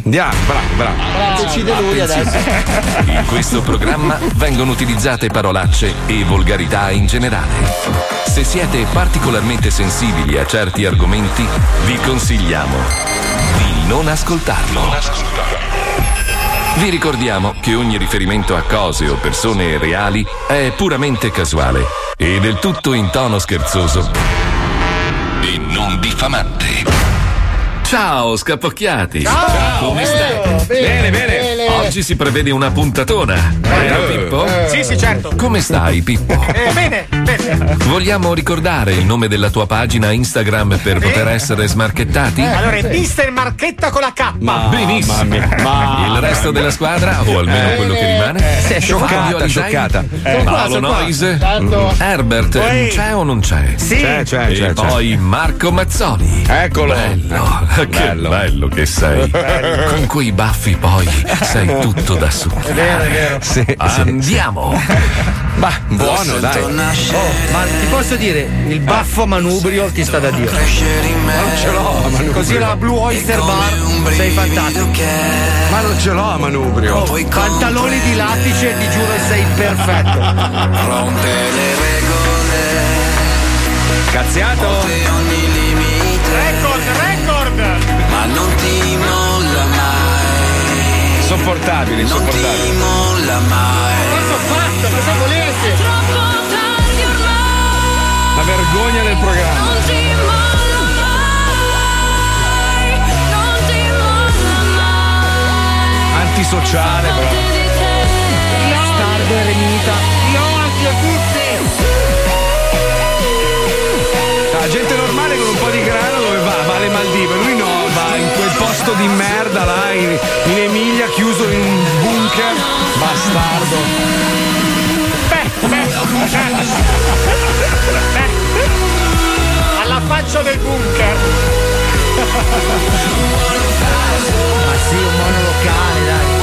Andiamo, bravo. Decide lui adesso. In questo programma vengono utilizzate parolacce e volgarità in generale. Se siete particolarmente sensibili a certi argomenti, vi consigliamo di non ascoltarlo. Vi ricordiamo che ogni riferimento a cose o persone reali è puramente casuale e del tutto in tono scherzoso e non diffamante. Ciao scapocchiati! Ciao! Come state? Bene. Oggi si prevede una puntatona. Vero Pippo? Sì, certo. Come stai Pippo? Bene. Vogliamo ricordare il nome della tua pagina Instagram per poter essere smarchettati? Allora è Mister Marchetta con la K. Benissimo. Il resto della squadra, o almeno quello che rimane? Scioccata. Paolo Noise, Herbert, c'è o non c'è? Sì. C'è. E poi Marco Mazzoli. Eccolo. Che bello che sei. Con quei baffi poi sei tutto da solo. È vero. Sì. Andiamo. Buono, dai. Ma ti posso dire, il baffo manubrio ti sta da Dio. Non ce l'ho a manubrio. Così la Blue Oyster Bar sei fantastico. Ma non ce l'ho a manubrio. Pantaloni di lattice, ti giuro sei perfetto. Rompe le regole, Cazziato. ogni limite, Record. ma non ti molla mai, Insopportabile. non ti molla mai. Cosa ho fatto? Cosa volete? La vergogna del programma. Antisociale, però. Bastardo eremita. Oggi a tutti. La gente normale con un po' di grano dove va? Va alle Maldive, lui no, va in quel posto di merda là in Emilia, chiuso in un bunker. Bastardo. Alla faccia del bunker. Ma sì, un monolocale, dai.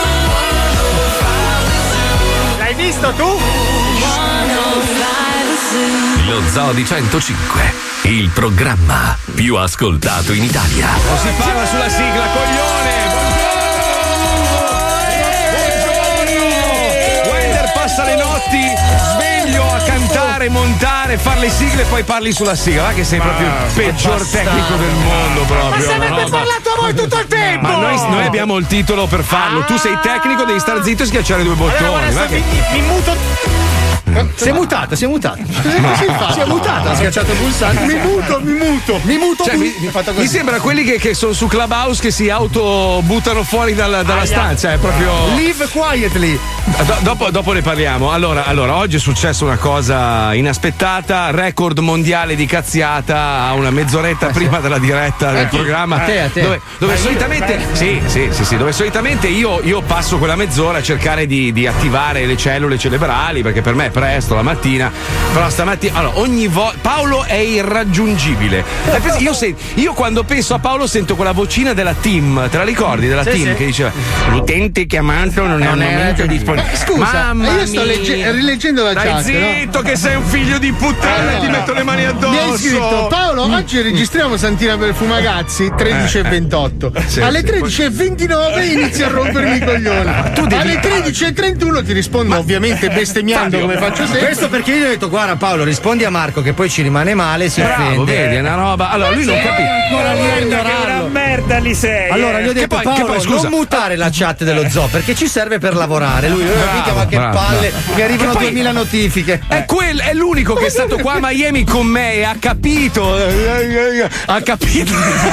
L'hai visto tu? Lo Zoo di 105, il programma più ascoltato in Italia. Non si parla sulla sigla, coglione! Buongiorno! Wender passa le notti sveglio a cantare, montare, fare le sigle e poi parli sulla sigla. Va che sei proprio il peggior tecnico del mondo proprio. Ma se una avete roba- parlato voi tutto il tempo! Ma noi abbiamo il titolo per farlo. Tu sei tecnico, devi star zitto e schiacciare due bottoni. Allora, Va adesso che- mi muto. Si è mutata. Si è mutata, ha schiacciato il pulsante. Mi muto. Cioè, mi così. sembra quelli che sono su Clubhouse che si auto buttano fuori dalla stanza. È proprio. Live quietly. Dopo ne parliamo. Allora, oggi è successa una cosa inaspettata, record mondiale di cazziata a una mezz'oretta prima della diretta del programma. A te. Dove solitamente. Sì, dove solitamente io passo quella mezz'ora a cercare di attivare le cellule cerebrali, perché per me è presto la mattina. Però stamattina. Allora, ogni volta. Paolo è irraggiungibile. Io quando penso a Paolo sento quella vocina della team. Te la ricordi della team? Sì. Che diceva: l'utente chiamato non è al momento disponibile. Scusa, io sto rileggendo la Stai chat. zitto, che sei un figlio di puttana e ti metto le mani addosso. Mi hai scritto: Paolo, oggi registriamo Santina per Fumagazzi 13:28. Alle 13:29 inizia a rompermi i coglioni. Alle 13:31 ti rispondo, ovviamente bestemmiando come faccio sempre. Questo perché io gli ho detto: guarda Paolo, rispondi a Marco che poi ci rimane male, si Bravo, offende. vedi, è una roba. Allora, lui non capisce. Ancora lì a ignorarlo. Merda li sei. Allora gli ho detto: Paolo, scusa. non mutare la chat dello zoo perché ci serve per lavorare. Lui, mica, ma che palle, mi arrivano 2000 notifiche. È l'unico che è stato qua a Miami con me e ha capito. Ha capito.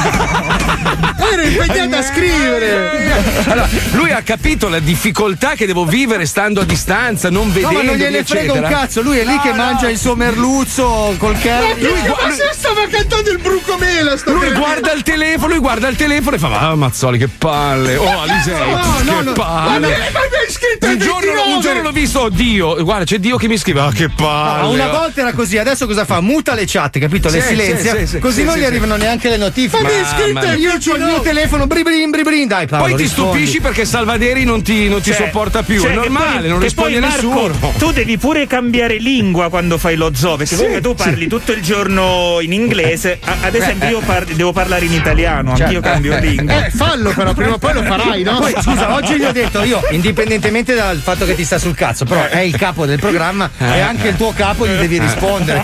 Ero impegnato a scrivere. Allora, lui ha capito la difficoltà che devo vivere stando a distanza, non No, vedendo. ma non gliene frega un cazzo, lui è lì che mangia il suo merluzzo col curry. Ma se stava cantando il brucomela Lui guarda il telefono e fa: ah, Mazzoli, che palle! Oh, Alisei, che palle! Ma mi hai scritto il Un giorno l'ho visto, oddio, guarda, c'è Dio che mi scrive: ah, che palle! Ma una volta era così, adesso cosa fa? Muta le chat, capito? Le Sì, silenzia, sì, così non gli arrivano neanche le notifiche. Ma mi hai scritto il io ho il mio telefono, bribrin, dai Paolo. Poi ti stupisci perché Salvaderi non ti sopporta più. È normale, non risponde a nessuno. Tu devi pure cambiare lingua quando fai lo zoo, perché comunque tu parli tutto il giorno in inglese. Ad esempio, io devo parlare in italiano, anch'io cambio lingua. Fallo però, prima o poi lo farai, no? Poi scusa, oggi gli ho detto io, indipendentemente dal fatto che ti sta sul cazzo, però è il capo del programma e anche il tuo capo gli devi rispondere.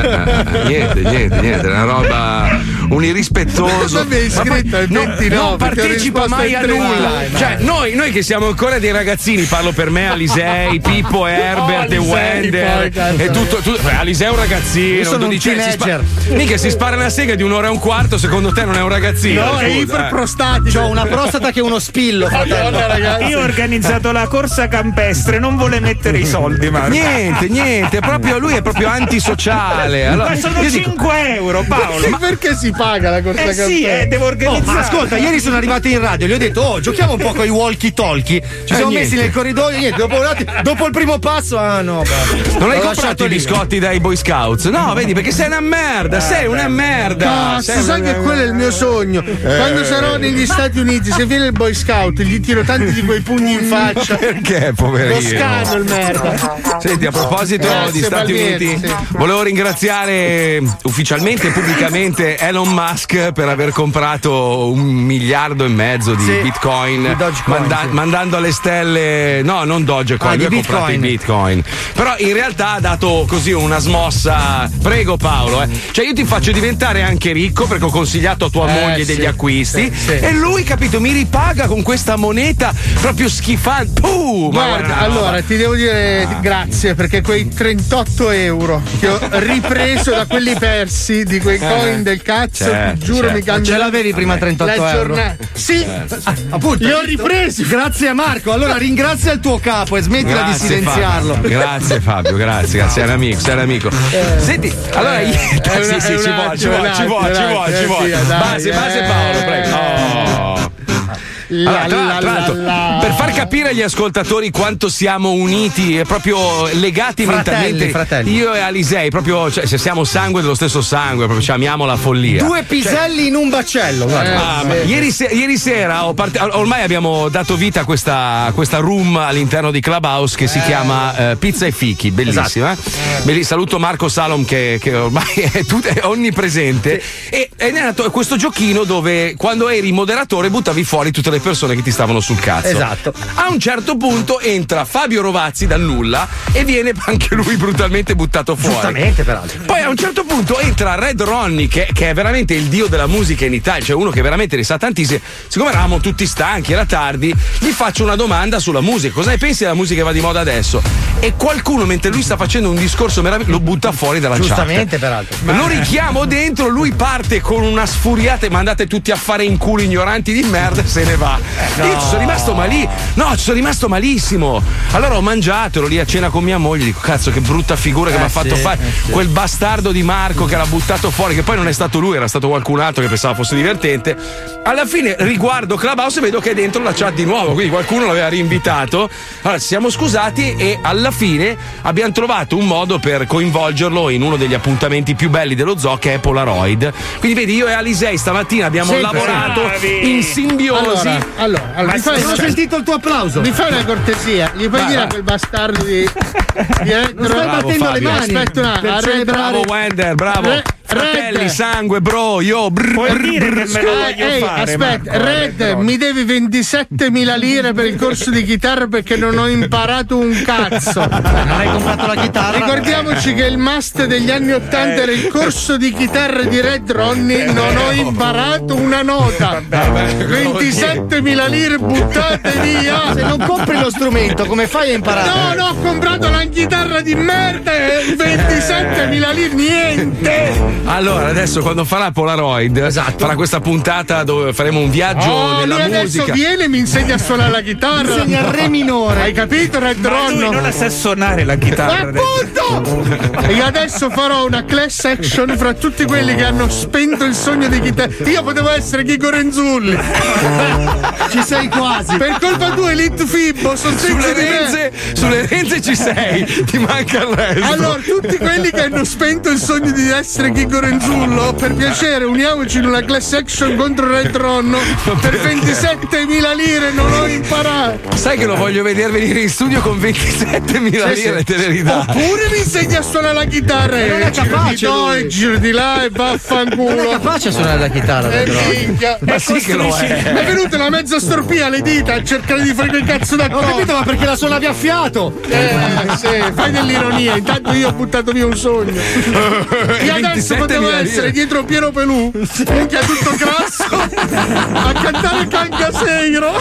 Niente, è una roba, un irrispettoso. Non partecipa mai a nulla. Cioè, noi che siamo ancora dei ragazzini, parlo per me, Alisei, Pippo, Herbert e Wender e tutto. Alisei è un ragazzino, io sono un teenager. Mica si spara una sega di 1 ora e un quarto, secondo te non è un ragazzino? No, è iperprostatico. C'ho una prostata che è uno spillo. Io ho organizzato la corsa campestre, non vuole mettere i soldi, Marco. Niente, proprio lui è proprio antisociale. Allora, ma sono 5 euro, Paolo. Ma perché si paga la corsa campestre? Sì, devo organizzare. Ma ascolta, ieri sono arrivato in radio, gli ho detto, giochiamo un po' con i walkie talkie. Ci siamo messi nel corridoio, niente, dopo il primo passo, no. Non hai comprato i biscotti dai Boy Scouts? No, vedi, perché sei una merda, Cazzo, sai che quello è il mio sogno. Quando sarò negli Stati Uniti, se viene il Boy Scout, gli tiro tanti di quei pugni in faccia. Perché, poverino? Lo scano il merda. Senti, a proposito di Stati Uniti, volevo ringraziare ufficialmente e pubblicamente Elon Musk per aver comprato 1,5 miliardi di Bitcoin, mandando alle stelle, no, non Dogecoin, lui ha comprato i Bitcoin. Però in realtà ha dato così una smossa. Prego Paolo, cioè io ti faccio diventare anche ricco perché ho consigliato a tua moglie degli acquisti e lui, capito, mi ripaga con questa moneta proprio schifante. Guarda, allora ti devo dire grazie perché quei 38 euro che ho ripreso da quelli persi di quei coin del cazzo, ti giuro mi cambia. Ce l'avevi prima 38 euro? Sì, appunto. Li ho ripresi. Grazie a Marco. Allora ringrazia il tuo capo e smettila di silenziarlo. Fabio. Grazie Fabio, grazie, sei un amico. Senti, allora ci vuole. Base Paolo, prego. Tra l'altro, per far capire agli ascoltatori quanto siamo uniti e proprio legati mentalmente, io e Alisei, proprio, cioè, se siamo sangue dello stesso sangue, proprio ci amiamo la follia. 2 piselli in un baccello. Ieri sera ormai abbiamo dato vita a questa room all'interno di Clubhouse che si chiama Pizza e Fichi, bellissima. Esatto. Saluto Marco Salom che ormai è onnipresente e è nato questo giochino dove quando eri moderatore buttavi fuori tutte le persone che ti stavano sul cazzo. Esatto. A un certo punto entra Fabio Rovazzi dal nulla e viene anche lui brutalmente buttato fuori. Giustamente, peraltro. Poi a un certo punto entra Red Ronnie che è veramente il dio della musica in Italia, cioè uno che veramente ne sa tantissimo. Siccome eravamo tutti stanchi, era tardi, gli faccio una domanda sulla musica. Cosa ne pensi della musica che va di moda adesso? E qualcuno, mentre lui sta facendo un discorso meraviglioso, lo butta fuori dalla chat. Giustamente, peraltro. Lo richiamo dentro, lui parte con una sfuriata e mandate tutti a fare in culo ignoranti di merda e se ne va. Io ci sono rimasto malissimo. Allora ho mangiato, ero lì a cena con mia moglie, dico cazzo che brutta figura che mi ha fatto fare quel bastardo di Marco che l'ha buttato fuori, che poi non è stato lui, era stato qualcun altro che pensava fosse divertente. Alla fine riguardo Clubhouse e vedo che è dentro la chat di nuovo, quindi qualcuno l'aveva rinvitato. Allora ci siamo scusati e alla fine abbiamo trovato un modo per coinvolgerlo in uno degli appuntamenti più belli dello zoo, che è Polaroid. Quindi vedi, io e Alisei stamattina abbiamo lavorato in simbiosi. Allora, non ho sentito il tuo applauso. Mi fai una cortesia, gli puoi dire a quel bastardo di non stai battendo le mani. Aspetta un attimo, bravo Wender, bravo. Fratelli, sangue, bro, io. Puoi dire che me lo voglio fare. Aspetta, Red, mi devi 27.000 lire per il corso di chitarra perché non ho imparato un cazzo. Non hai comprato la chitarra? Ricordiamoci che il must degli anni 80 era il corso di chitarra di Red Ronnie. Non ho imparato una nota. 27.000 lire buttate via. Se non compri lo strumento, come fai a imparare? No, ho comprato la chitarra di merda e 27.000 lire, niente. Allora, adesso quando farà Polaroid, farà questa puntata dove faremo un viaggio nella lui musica. Adesso viene e mi insegna a suonare la chitarra. Mi insegna re minore. Hai capito, Red Ronnie? Lui non la sa suonare la chitarra. Appunto! E io adesso farò una class action fra tutti quelli che hanno spento il sogno di chitarra. Io potevo essere Chico Renzulli. Ci sei quasi. Per colpa tua, Elite Fibbo, sono sulle renze ci sei, ti manca il resto. Allora, tutti quelli che hanno spento il sogno di essere Chico di Gorenzullo, per piacere uniamoci in una class action contro Red Ronno per 27.000 lire, non ho imparato. Sai che lo voglio vedere venire in studio con 27.000 lire, te le ridà. Oppure mi insegna a suonare la chitarra non è capace e giro di là e vaffanculo. Non è capace a suonare la chitarra, minchia. Ma sì che lo è. È venuta una mezza storpia alle dita a cercare di fare quel cazzo da Ho capito, ma perché la suonavi a fiato? Sì, fai dell'ironia, intanto io ho buttato via un sogno. Io adesso potevo essere dietro Piero Pelù, minchia tutto grasso, a cantare Cangaseiro.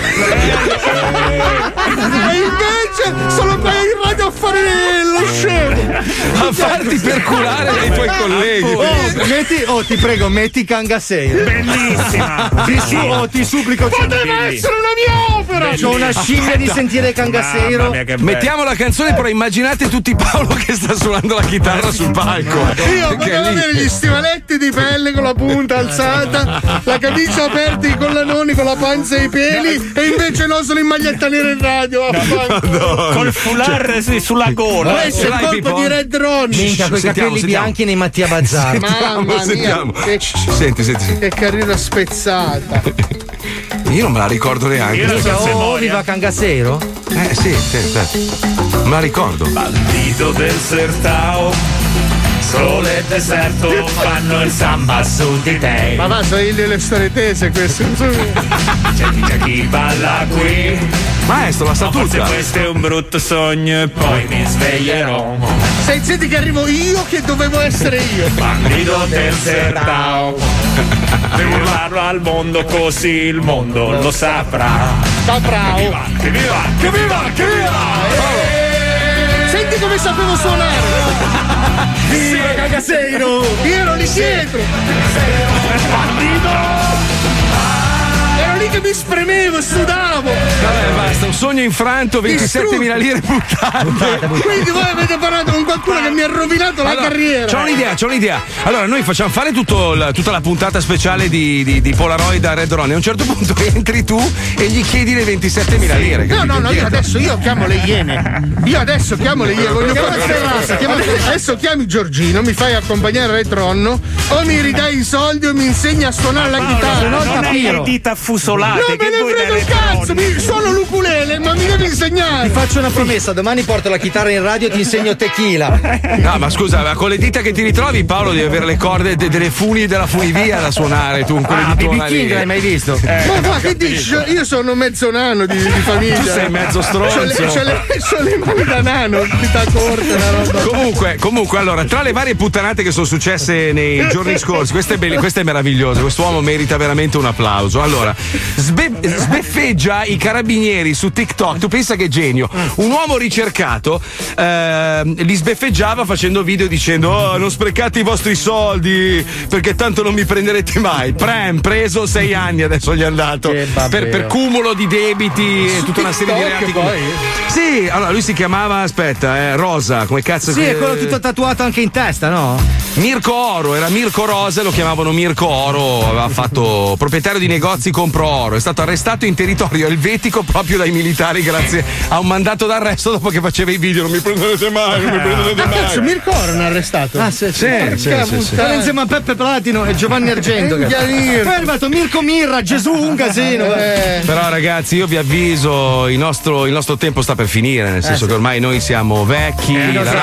E invece sono qua in radio a fare lo scemo. A farti perculare dai tuoi colleghi. Ti prego, metti Cangaseiro. Bellissima. Ti supplico. Poteva essere una mia opera. C'ho una scimmia di sentire Cangaseiro. Mettiamo la canzone, però immaginate tutti Paolo che sta suonando la chitarra sul palco. Io potevo avere gli stivaletti di pelle con la punta alzata, la camicia aperta, i collanoni con la panza e i peli, e invece no, sono in maglietta nera in radio. Col foulard sulla gola. Questo è il colpo di Red Ron. Minchia, con i capelli bianchi nei Mattia Bazzar. Mamma mia, Senti. che carriera spezzata. Io non me la ricordo neanche. Viva Cangaseiro? Sì. Me la ricordo. Bandito del Sertao, sole e deserto fanno il samba su di te. Ma va, sono le storie tese queste. C'è chi balla qui. Maestro, la sa Forse tutta. questo è un brutto sogno e poi mi sveglierò. Senti che arrivo io che dovevo essere io. Bandito del Sertao, devo urlarlo al mondo così il mondo lo saprà. Caprao. Che viva! Senti come sapevo suonare. Viva Cangaseiro! Io ero lì dietro. Ero lì che mi spremevo e sudavo. Vabbè, basta, un sogno infranto, 27.000 lire buttate. Quindi voi avete parlato con qualcuno che mi ha rovinato la carriera. C'ho un'idea. Allora, noi facciamo fare tutta la puntata speciale di Polaroid a Red Ron. E a un certo punto entri tu e gli chiedi le 27.000 lire. No, io chiamo le Iene. Voglio adesso chiami Giorgino, mi fai accompagnare Red Ronno, o mi ridai i soldi o mi insegni a suonare la chitarra. Non hai le dita affusolate. Non me ne frega un cazzo, mi suono l'ukulele, ma mi devi insegnare. Ti faccio una promessa, domani porto la chitarra in radio e ti insegno tequila. No, ma scusa, ma con le dita che ti ritrovi, Paolo, devi avere le corde delle funi della funivia da suonare tu. BB King l'hai mai visto? Ma che dici? Io sono mezzo nano di famiglia. Tu sei mezzo stronzo. C'ho le mani da nano, dita corta, una roba. Comunque, allora, tra le varie puttanate che sono successe nei giorni scorsi, questo è meraviglioso, quest'uomo merita veramente un applauso. Allora, sbeffeggia i carabinieri su TikTok, tu pensa che genio. Un uomo ricercato li sbeffeggiava facendo video dicendo: oh, non sprecate i vostri soldi perché tanto non mi prenderete mai. Preso 6 anni adesso gli è andato per cumulo di debiti e tutta una serie di reati. Sì, allora lui si chiamava, Rosa, come cazzo? Sì, è quello tutto tatuato anche in testa, no? Mirko Oro, era Mirko Rosa, lo chiamavano Mirko Oro, aveva fatto proprietario di negozi compro oro, è stato arrestato in territorio elvetico proprio dai militari grazie a un mandato d'arresto dopo che faceva i video. Non mi prenderete mai. Cazzo, Mirko Oro hanno arrestato. Sì. Stava insieme a Peppe Platino e Giovanni Argento. Poi è arrivato Mirko Mirra, Gesù, un casino. Però ragazzi, io vi avviso, il nostro tempo sta per finire, nel senso che ormai noi siamo vecchi,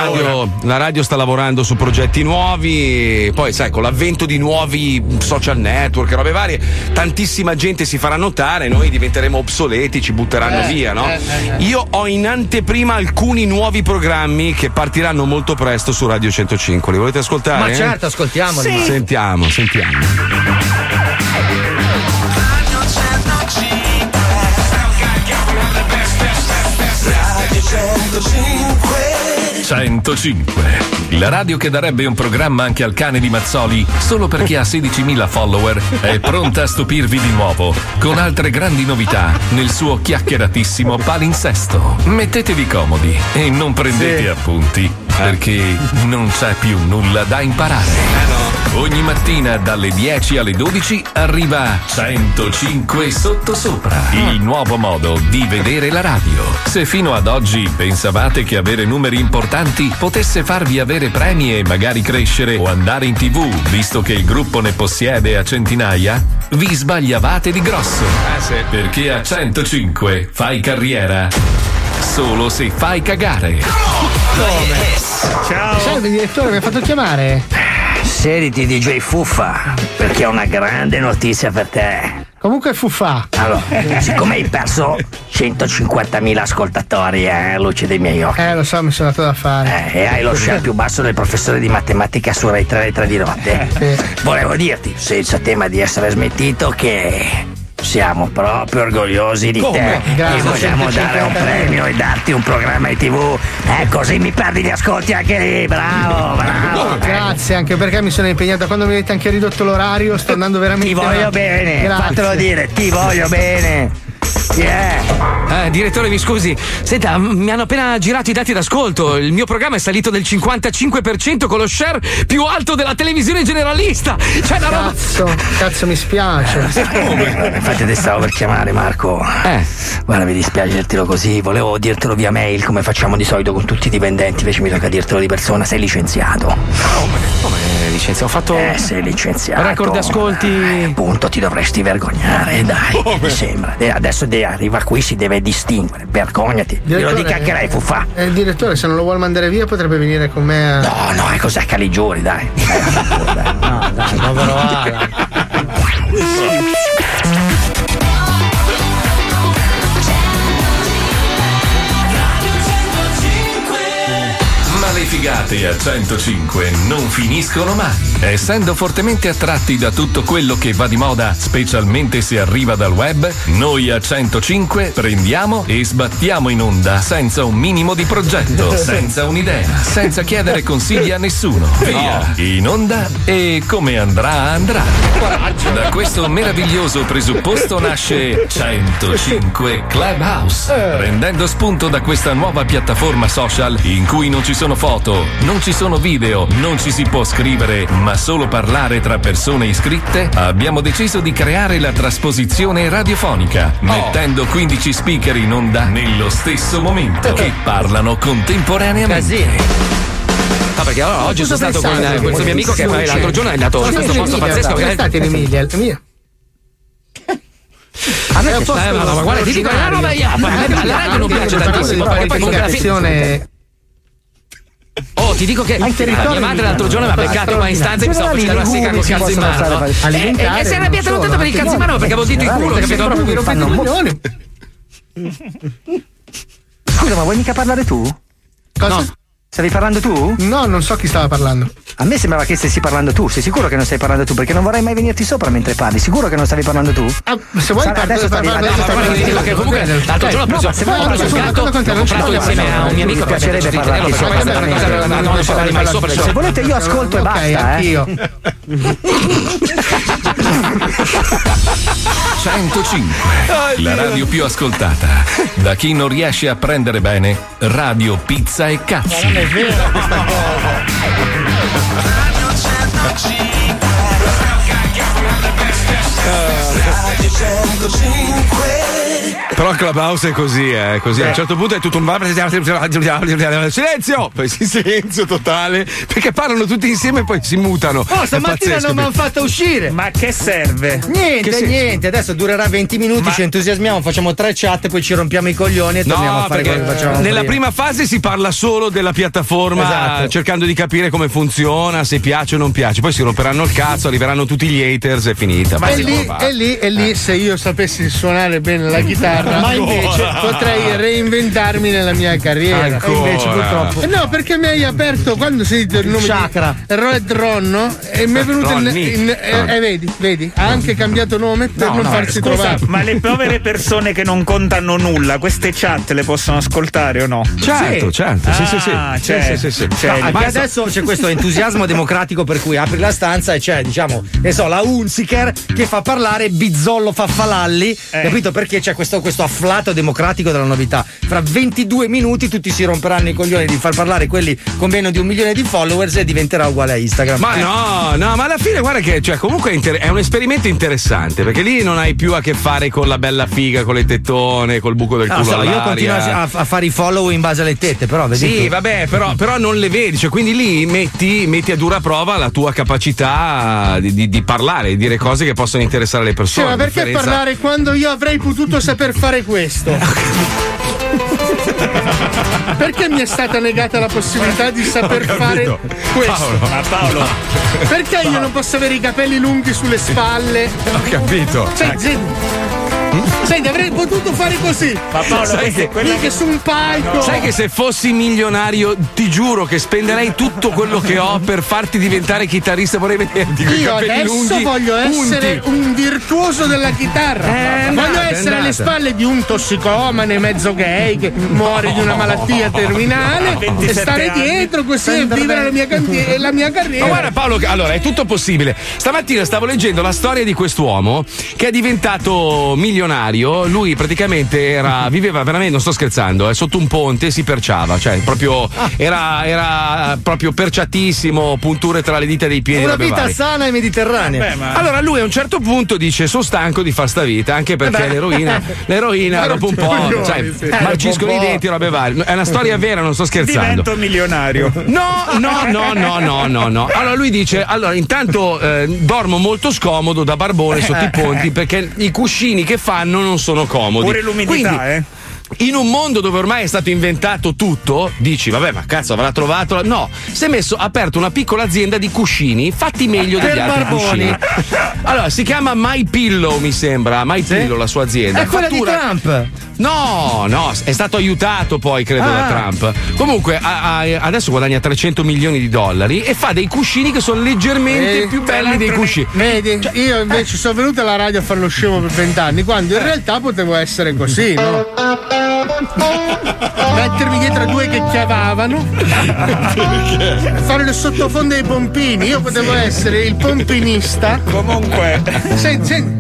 la radio sta lavorando su progetti nuovi, poi sai, con l'avvento di nuovi social network e robe varie, tantissima gente si farà notare, noi diventeremo obsoleti, ci butteranno via, no? Io ho in anteprima alcuni nuovi programmi che partiranno molto presto su Radio 105. Li volete ascoltare? Ma certo, ascoltiamoli. Sì. Sentiamo. Radio 105, la radio che darebbe un programma anche al cane di Mazzoli solo perché ha 16.000 follower è pronta a stupirvi di nuovo con altre grandi novità nel suo chiacchieratissimo palinsesto. Mettetevi comodi e non prendete appunti perché non c'è più nulla da imparare. Ogni mattina dalle 10 alle 12 arriva 105 Sottosopra, il nuovo modo di vedere la radio. Se fino ad oggi pensavate che avere numeri importanti potesse farvi avere premi e magari crescere o andare in TV, visto che il gruppo ne possiede a centinaia, vi sbagliavate di grosso. Sì. Perché a 105 fai carriera solo se fai cagare. Ciao. Salve direttore, mi ha fatto chiamare. Sediti DJ Fuffa, perché ho una grande notizia per te. Comunque Fuffa. Allora, siccome hai perso 150.000 ascoltatori, luce dei miei occhi. Lo so, mi sono dato da fare. E hai lo share più basso del professore di matematica su Rai 3 alle 3 di notte. Sì. Volevo dirti, senza tema di essere smentito, che siamo proprio orgogliosi di te. Grazie, e vogliamo dare un premio e darti un programma in TV. Così mi perdi gli ascolti anche lì. Bravo. Grazie, anche perché mi sono impegnato. Quando mi avete anche ridotto l'orario, sto andando veramente. Ti voglio bene, Grazie. fatelo dire, ti voglio bene. Yeah. Direttore, mi scusi. Senta, mi hanno appena girato i dati d'ascolto. Il mio programma è salito del 55% con lo share più alto della televisione generalista. Cioè, una roba. Cazzo, mi spiace. Infatti ti stavo per chiamare, Marco. Guarda, mi dispiace dirtelo così. Volevo dirtelo via mail, come facciamo di solito con tutti i dipendenti. Invece mi tocca dirtelo di persona. Sei licenziato. Come licenziato? Ho fatto. Sei licenziato. Record ascolti. Appunto, ti dovresti vergognare, dai. Mi sembra. Adesso arriva qui, si deve distinguere. Vergognati. Glielo dica anche lei, Fuffa. Il direttore, se non lo vuole mandare via, potrebbe venire con me a. No, cos'è Caligiuri, dai. No, dai, povero Ala. Ma le figate a 105 non finiscono mai. Essendo fortemente attratti da tutto quello che va di moda, specialmente se arriva dal web, noi a 105 prendiamo e sbattiamo in onda senza un minimo di progetto, senza un'idea, senza chiedere consigli a nessuno. Via, in onda e come andrà. Da questo meraviglioso presupposto nasce 105 Clubhouse, prendendo spunto da questa nuova piattaforma social in cui non ci sono foto, non ci sono video, non ci si può scrivere, ma solo parlare tra persone iscritte. Abbiamo deciso di creare la trasposizione radiofonica, mettendo 15 speaker in onda nello stesso momento che parlano contemporaneamente. Perché allora, oggi sono stato con questo mio amico che l'altro giorno è andato in questo posto pazzesco. Dove state in Emilia? Mia. A me ma guarda, ti dico una roba, alla radio non piace tantissimo. Poi comunque la fine. Oh, ti dico che mia madre l'altro giorno mi ha beccato qua in stanza e mi stavo facendo la sega col cazzo in mano. E si è arrabbiata non tanto per il cazzo in mano, perché avevo dito in culo, capito? Mi rompete un milione. Scusa, ma vuoi mica parlare tu? Cosa? No. Stavi parlando tu? No, non so chi stava parlando. A me sembrava che stessi parlando tu. Sei sicuro che non stai parlando tu? Perché non vorrei mai venirti sopra mentre parli. Sicuro che non stavi parlando tu? Se vuoi adesso stavi parlando. Comunque l'altro giorno ho preso il gatto, ho comprato insieme a un mio amico. Mi piacerebbe parlarti sopra. Non ci parli mai sopra. Se volete io ascolto e basta. Anch'io. 105, la radio più ascoltata. Da chi non riesce a prendere bene, Radio Pizza e Cazzi. Non è vero questa Però Clubhouse è così, così. A un certo punto è tutto un silenzio! Poi silenzio totale, perché parlano tutti insieme e poi si mutano. Stamattina non mi hanno fatto uscire. Ma che serve? Niente, adesso durerà 20 minuti, ci entusiasmiamo, facciamo 3 chat, poi ci rompiamo i coglioni e torniamo a fare quello che facciamo nella prima fase si parla solo della piattaforma, esatto, cercando di capire come funziona, se piace o non piace. Poi si romperanno il cazzo, arriveranno tutti gli haters, è finita. E lì, se io sapessi suonare bene la chitarra, ma invece potrei reinventarmi nella mia carriera. Ancora. E invece purtroppo. No, perché mi hai aperto quando sei il nome Chakra di Red Ronno e mi è venuto vedi, ha anche cambiato nome per non farsi trovare. Ma le povere persone che non contano nulla, queste chat le possono ascoltare o no? Certo. Sì. Anche adesso c'è questo entusiasmo democratico per cui apri la stanza e c'è, diciamo, la Hunziker che fa parlare Bizzollo Faffalalli, capito? Perché c'è questo questo afflato democratico della novità. Fra 22 minuti tutti si romperanno i coglioni di far parlare quelli con meno di 1 milione di followers e diventerà uguale a Instagram. Ma no, ma alla fine guarda che comunque è un esperimento interessante, perché lì non hai più a che fare con la bella figa, con le tettone, col buco del culo all'aria. Io continuo a fare i follow in base alle tette, però vedi. Sì, vabbè, però non le vedi, cioè, quindi lì metti a dura prova la tua capacità di parlare, di dire cose che possono interessare le persone. Sì, ma perché parlare quando io avrei potuto saper fare questo? Perché mi è stata negata la possibilità di saper fare questo? Paolo. Perché io non posso avere i capelli lunghi sulle spalle? Ho capito. Senti, avrei potuto fare così. Ma Paolo, sai che su un palco. Sai che se fossi milionario, ti giuro che spenderei tutto quello che ho per farti diventare chitarrista. Vorrei vederti con i capelli lunghi. Io adesso voglio essere un virtuoso della chitarra. Voglio essere alle spalle di un tossicomane mezzo gay che muore di una malattia terminale e stare dietro così e vivere la mia carriera. Ma guarda Paolo, allora è tutto possibile. Stamattina stavo leggendo la storia di quest'uomo che è diventato milionario. Lui praticamente viveva veramente, non sto scherzando, sotto un ponte, si perciava, cioè proprio era proprio perciatissimo, punture tra le dita dei piedi. Una vita sana e mediterranea. Allora lui a un certo punto dice: sono stanco di far sta vita, anche perché l'eroina dopo un po', sai, marciscono i denti, robe varie. È una storia vera, non sto scherzando. Divento milionario. No. Allora lui dice: allora intanto dormo molto scomodo da barbone sotto i ponti, perché i cuscini che fanno non sono comodi. Pure l'umidità, quindi, in un mondo dove ormai è stato inventato tutto, dici vabbè, ma cazzo, avrà trovato no, ha aperto una piccola azienda di cuscini fatti meglio degli altri cuscini. Allora si chiama My Pillow, mi sembra Pillow, la sua azienda. È quella di Trump. No, è stato aiutato poi, credo, da Trump. Comunque adesso guadagna $300 milioni e fa dei cuscini che sono leggermente più belli dei cuscini. Vedi, io invece sono venuto alla radio a fare lo scemo per 20 anni, quando in realtà potevo essere così, no? Mettermi dietro a due che chiavavano, fare il sottofondo ai pompini. Io potevo essere il pompinista. Comunque, senti.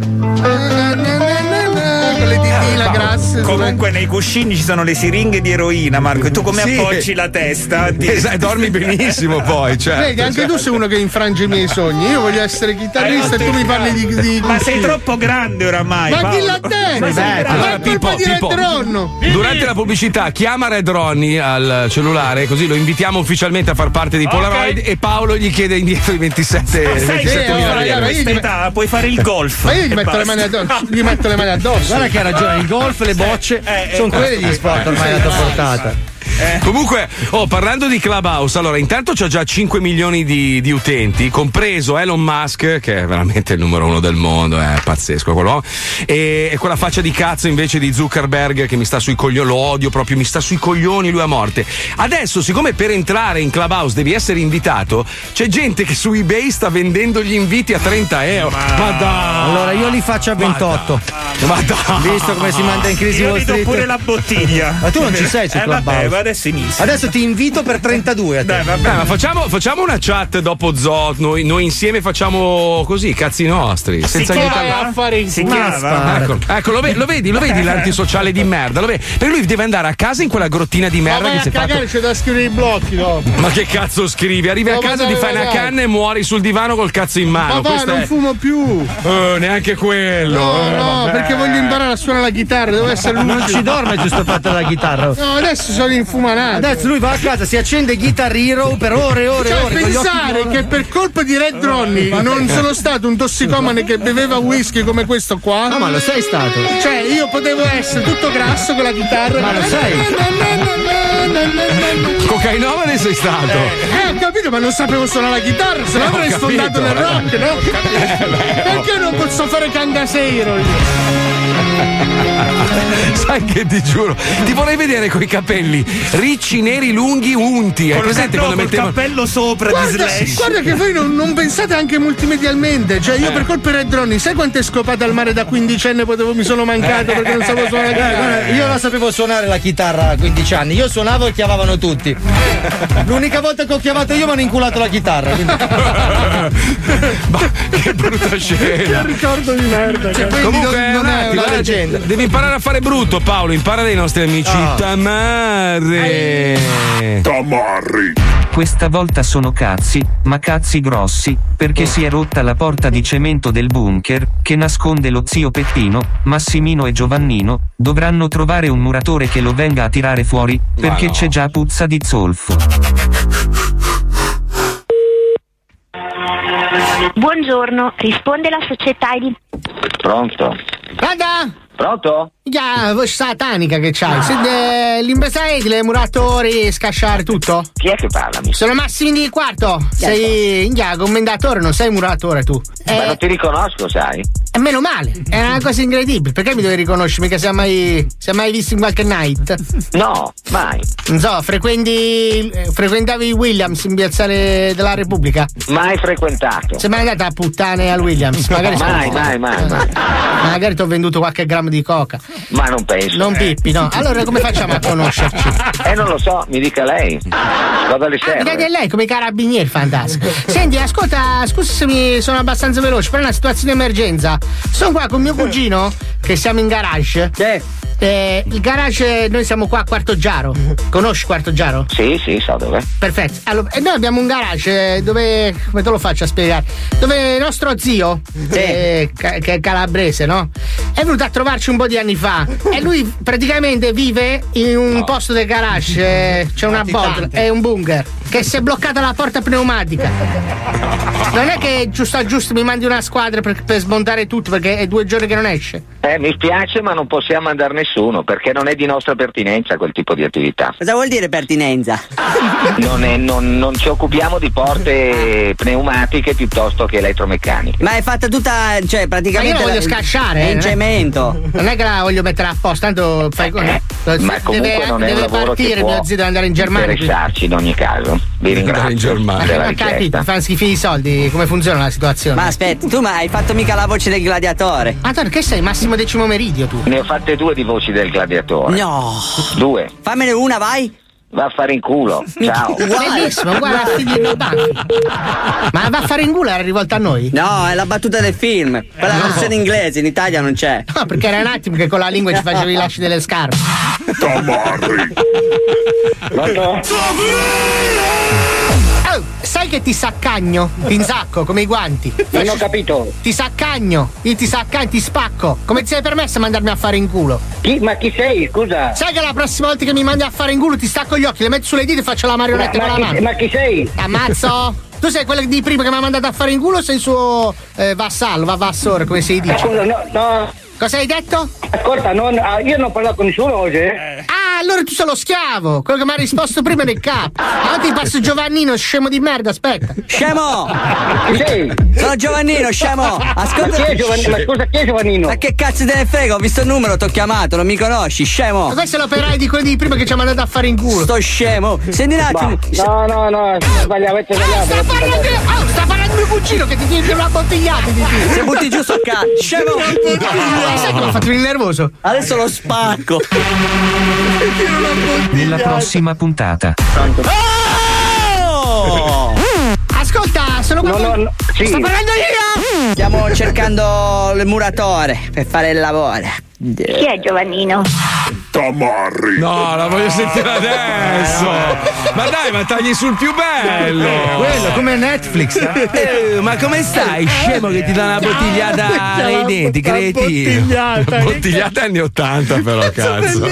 Con le ditine grasse. Comunque nei cuscini ci sono le siringhe di eroina, Marco, e tu come appoggi la testa? Dormi benissimo poi, certo. Vedi, anche tu sei uno che infrange i miei sogni. Io voglio essere chitarrista e tu mi parli di ma sei troppo grande oramai. Ma Paolo. chi l'ha detto? Allora, Pippo, durante la pubblicità chiama Red Ronnie al cellulare, così lo invitiamo ufficialmente a far parte di Polaroid e Paolo gli chiede indietro i 27.000 euro. Puoi fare il golf. Ma io gli metto le mani addosso. Guarda che ha ragione, il golf, le bocce sono quelli degli sport ormai alla tua portata. Comunque, parlando di Clubhouse, allora intanto c'ha già 5 milioni di utenti, compreso Elon Musk, che è veramente il numero 1 del mondo, è pazzesco quello, e quella faccia di cazzo invece di Zuckerberg che mi sta sui coglioni, lo odio proprio, mi sta sui coglioni lui a morte. Adesso, siccome per entrare in Clubhouse devi essere invitato, c'è gente che su eBay sta vendendo gli inviti a 30 euro. Ma dai! Allora io li faccio a 28. Ma dai! Visto come si manda in crisi Wall Street. Pure la bottiglia. Ma tu non ci sei su Clubhouse. Vabbè, adesso inizia. Adesso ti invito per 32 a te. Dai, ma facciamo una chat dopo Zot, noi insieme facciamo così i cazzi nostri, senza aiutare. Si chiama. Ecco, lo vedi l'antisociale di merda, lo vedi? Perché lui deve andare a casa in quella grottina di merda che si è fatto. C'è da scrivere i blocchi dopo. Ma che cazzo scrivi? Arrivi a casa, ti fai una canna e muori sul divano col cazzo in mano. Ma non fumo più. Neanche quello. No, perché voglio imparare a suonare la chitarra, devo essere l'unico. Non ci dorme giusto fatto la chitarra. No, adesso sono infumanato. Adesso lui va a casa, si accende Guitar Hero per ore e ore e ore. Pensare che per colpa di Red Ronnie non sono stato un tossicomane che beveva whisky come questo qua. No, ma lo sei stato. Cioè, io potevo essere tutto grasso con la chitarra. Ma lo sei. Cocainomane sei stato. Ho capito, ma non sapevo suonare la chitarra, se no avrei sfondato nel rock, no? Perché non posso fare cangaseiro? Sai che ti giuro, ti vorrei vedere coi capelli ricci, neri, lunghi, unti. Hai presente quando mettevo il cappello sopra di Slash? Guarda che voi non pensate anche multimedialmente. Cioè, io per colpa di Red Ronnie, sai quante scopate al mare da quindicenne mi sono mancato perché non sapevo suonare la chitarra? Io non sapevo suonare la chitarra a 15 anni. Io suonavo e chiavavano tutti. L'unica volta che ho chiavato io mi hanno inculato la chitarra. Quindi... Ma che brutta scena. Che ricordo di merda. Comunque, non è una devi imparare a fare brutto, Paolo. Impara dai nostri amici tamarri. Questa volta sono cazzi, ma cazzi grossi, perché si è rotta la porta di cemento del bunker, che nasconde lo zio Peppino, Massimino e Giovannino, dovranno trovare un muratore che lo venga a tirare fuori, perché c'è già puzza di zolfo. Buongiorno, risponde la società di... Pronto? Guarda! Pronto? Ya, voce satanica che c'hai. Siete l'impresa edile, muratori, scasciare tutto? Chi è che parla? Sono Massimi di Quarto. Sei commendatore, non sei muratore tu. Ma non ti riconosco, sai? E meno male, è una cosa incredibile. Perché mi devi riconoscere? Mica sei mai visto in qualche night? No, mai. Non so, frequentavi Williams in Piazzale della Repubblica? Mai frequentato. Sei mai andata a puttane al Williams? Magari mai. Magari ti ho venduto qualche grammo di coca. Ma non penso. Non pippi, no. Allora come facciamo a conoscerci? Non lo so, mi dica lei. Cosa le serve? Mi date lei come carabinieri, fantastico. Senti, ascolta, scusa se mi sono abbastanza veloce, per una situazione di emergenza. Sono qua con mio cugino, che siamo in garage. Il garage, noi siamo qua a Quarto Giaro. Conosci Quarto Giaro? Sì, so dove. Perfetto. Allora, noi abbiamo un garage dove, come te lo faccio a spiegare? Dove il nostro zio, che è calabrese, no? È venuto a trovarci un po' di anni fa. E lui praticamente vive in un posto del garage. C'è una bolla, è un bunker. Che si è bloccata la porta pneumatica. Non è che giusto mi mandi una squadra per smontare tutto, perché è 2 giorni che non esce. Mi spiace, ma non possiamo mandare nessuno, perché non è di nostra pertinenza quel tipo di attività. Cosa vuol dire pertinenza? Non ci occupiamo di porte pneumatiche piuttosto che elettromeccaniche. Ma è fatta tutta, cioè praticamente. Ma io la voglio scasciare. È in cemento. Non è che la voglio mettere apposta, tanto fai ma comunque non è un lavoro partire, che può mio zio deve andare in Germania. Interessarci in ogni caso. Vi ringrazio. In Germania. Ma capito, fanno schifo i soldi, come funziona la situazione? Ma aspetta, tu hai fatto mica la voce del gladiatore. Antonio, che sei Massimo Decimo Meridio tu? Ne ho fatte 2 di voci del gladiatore. No. 2. Fammene una, vai. Va a fare in culo. Ciao. Bellissimo, guarda, figlio Banfi. Ma va a fare in culo, era rivolta a noi? No, è la battuta del film. Quella versione inglese, in Italia non c'è. No, perché era un attimo che con la lingua ci facevi i lasci delle scarpe. Tamarri. Oh, sai che ti saccagno? Ti insacco come i guanti. Non ho capito. Ti saccagno. Io ti saccagno, ti spacco. Come ti sei permesso di mandarmi a fare in culo? Ma chi sei, scusa? Sai che la prossima volta che mi mandi a fare in culo ti stacco gli occhi, le metto sulle dita e faccio la marionetta con la mano. Ma chi sei? Ammazzo. Tu sei quello di prima che mi ha mandato a fare in culo o sei il suo vassallo, vassore, come si dice? Scusa, no. Cosa hai detto? Ascolta, io non parlo con nessuno oggi. Ah, allora tu sei lo schiavo, quello che mi ha risposto prima del capo. Allora ti passo Giovannino, scemo di merda, aspetta. Scemo! Chi sei? Sono Giovannino, scemo! Ascolta. Ma chi è Giovannino? Ma scusa, chi è Giovannino? Ma che cazzo te ne frega? Ho visto il numero, t'ho chiamato, non mi conosci, scemo! Ma questo è l'operaio di quelli di prima che ci ha mandato a fare in culo. Sto scemo! Senti un attimo! No, avete sbagliato. Sta parlando mio cugino che ti tiene una bottigliata di te. Se butti giù sto cazzo! Scemo! Sai che mi ha fatto venire nervoso? Adesso lo spacco! Nella prossima puntata. Oh! Ascolta, sono qua. No, sì. Sto parlando io! Stiamo cercando il muratore per fare il lavoro. Chi è Giovannino? Tamarri. No, la voglio sentire adesso. Ma dai, ma tagli sul più bello. Quello come Netflix. Ma come stai, scemo che ti dà una bottigliata nei denti, cretino? Bottigliata anni 80 però, cazzo.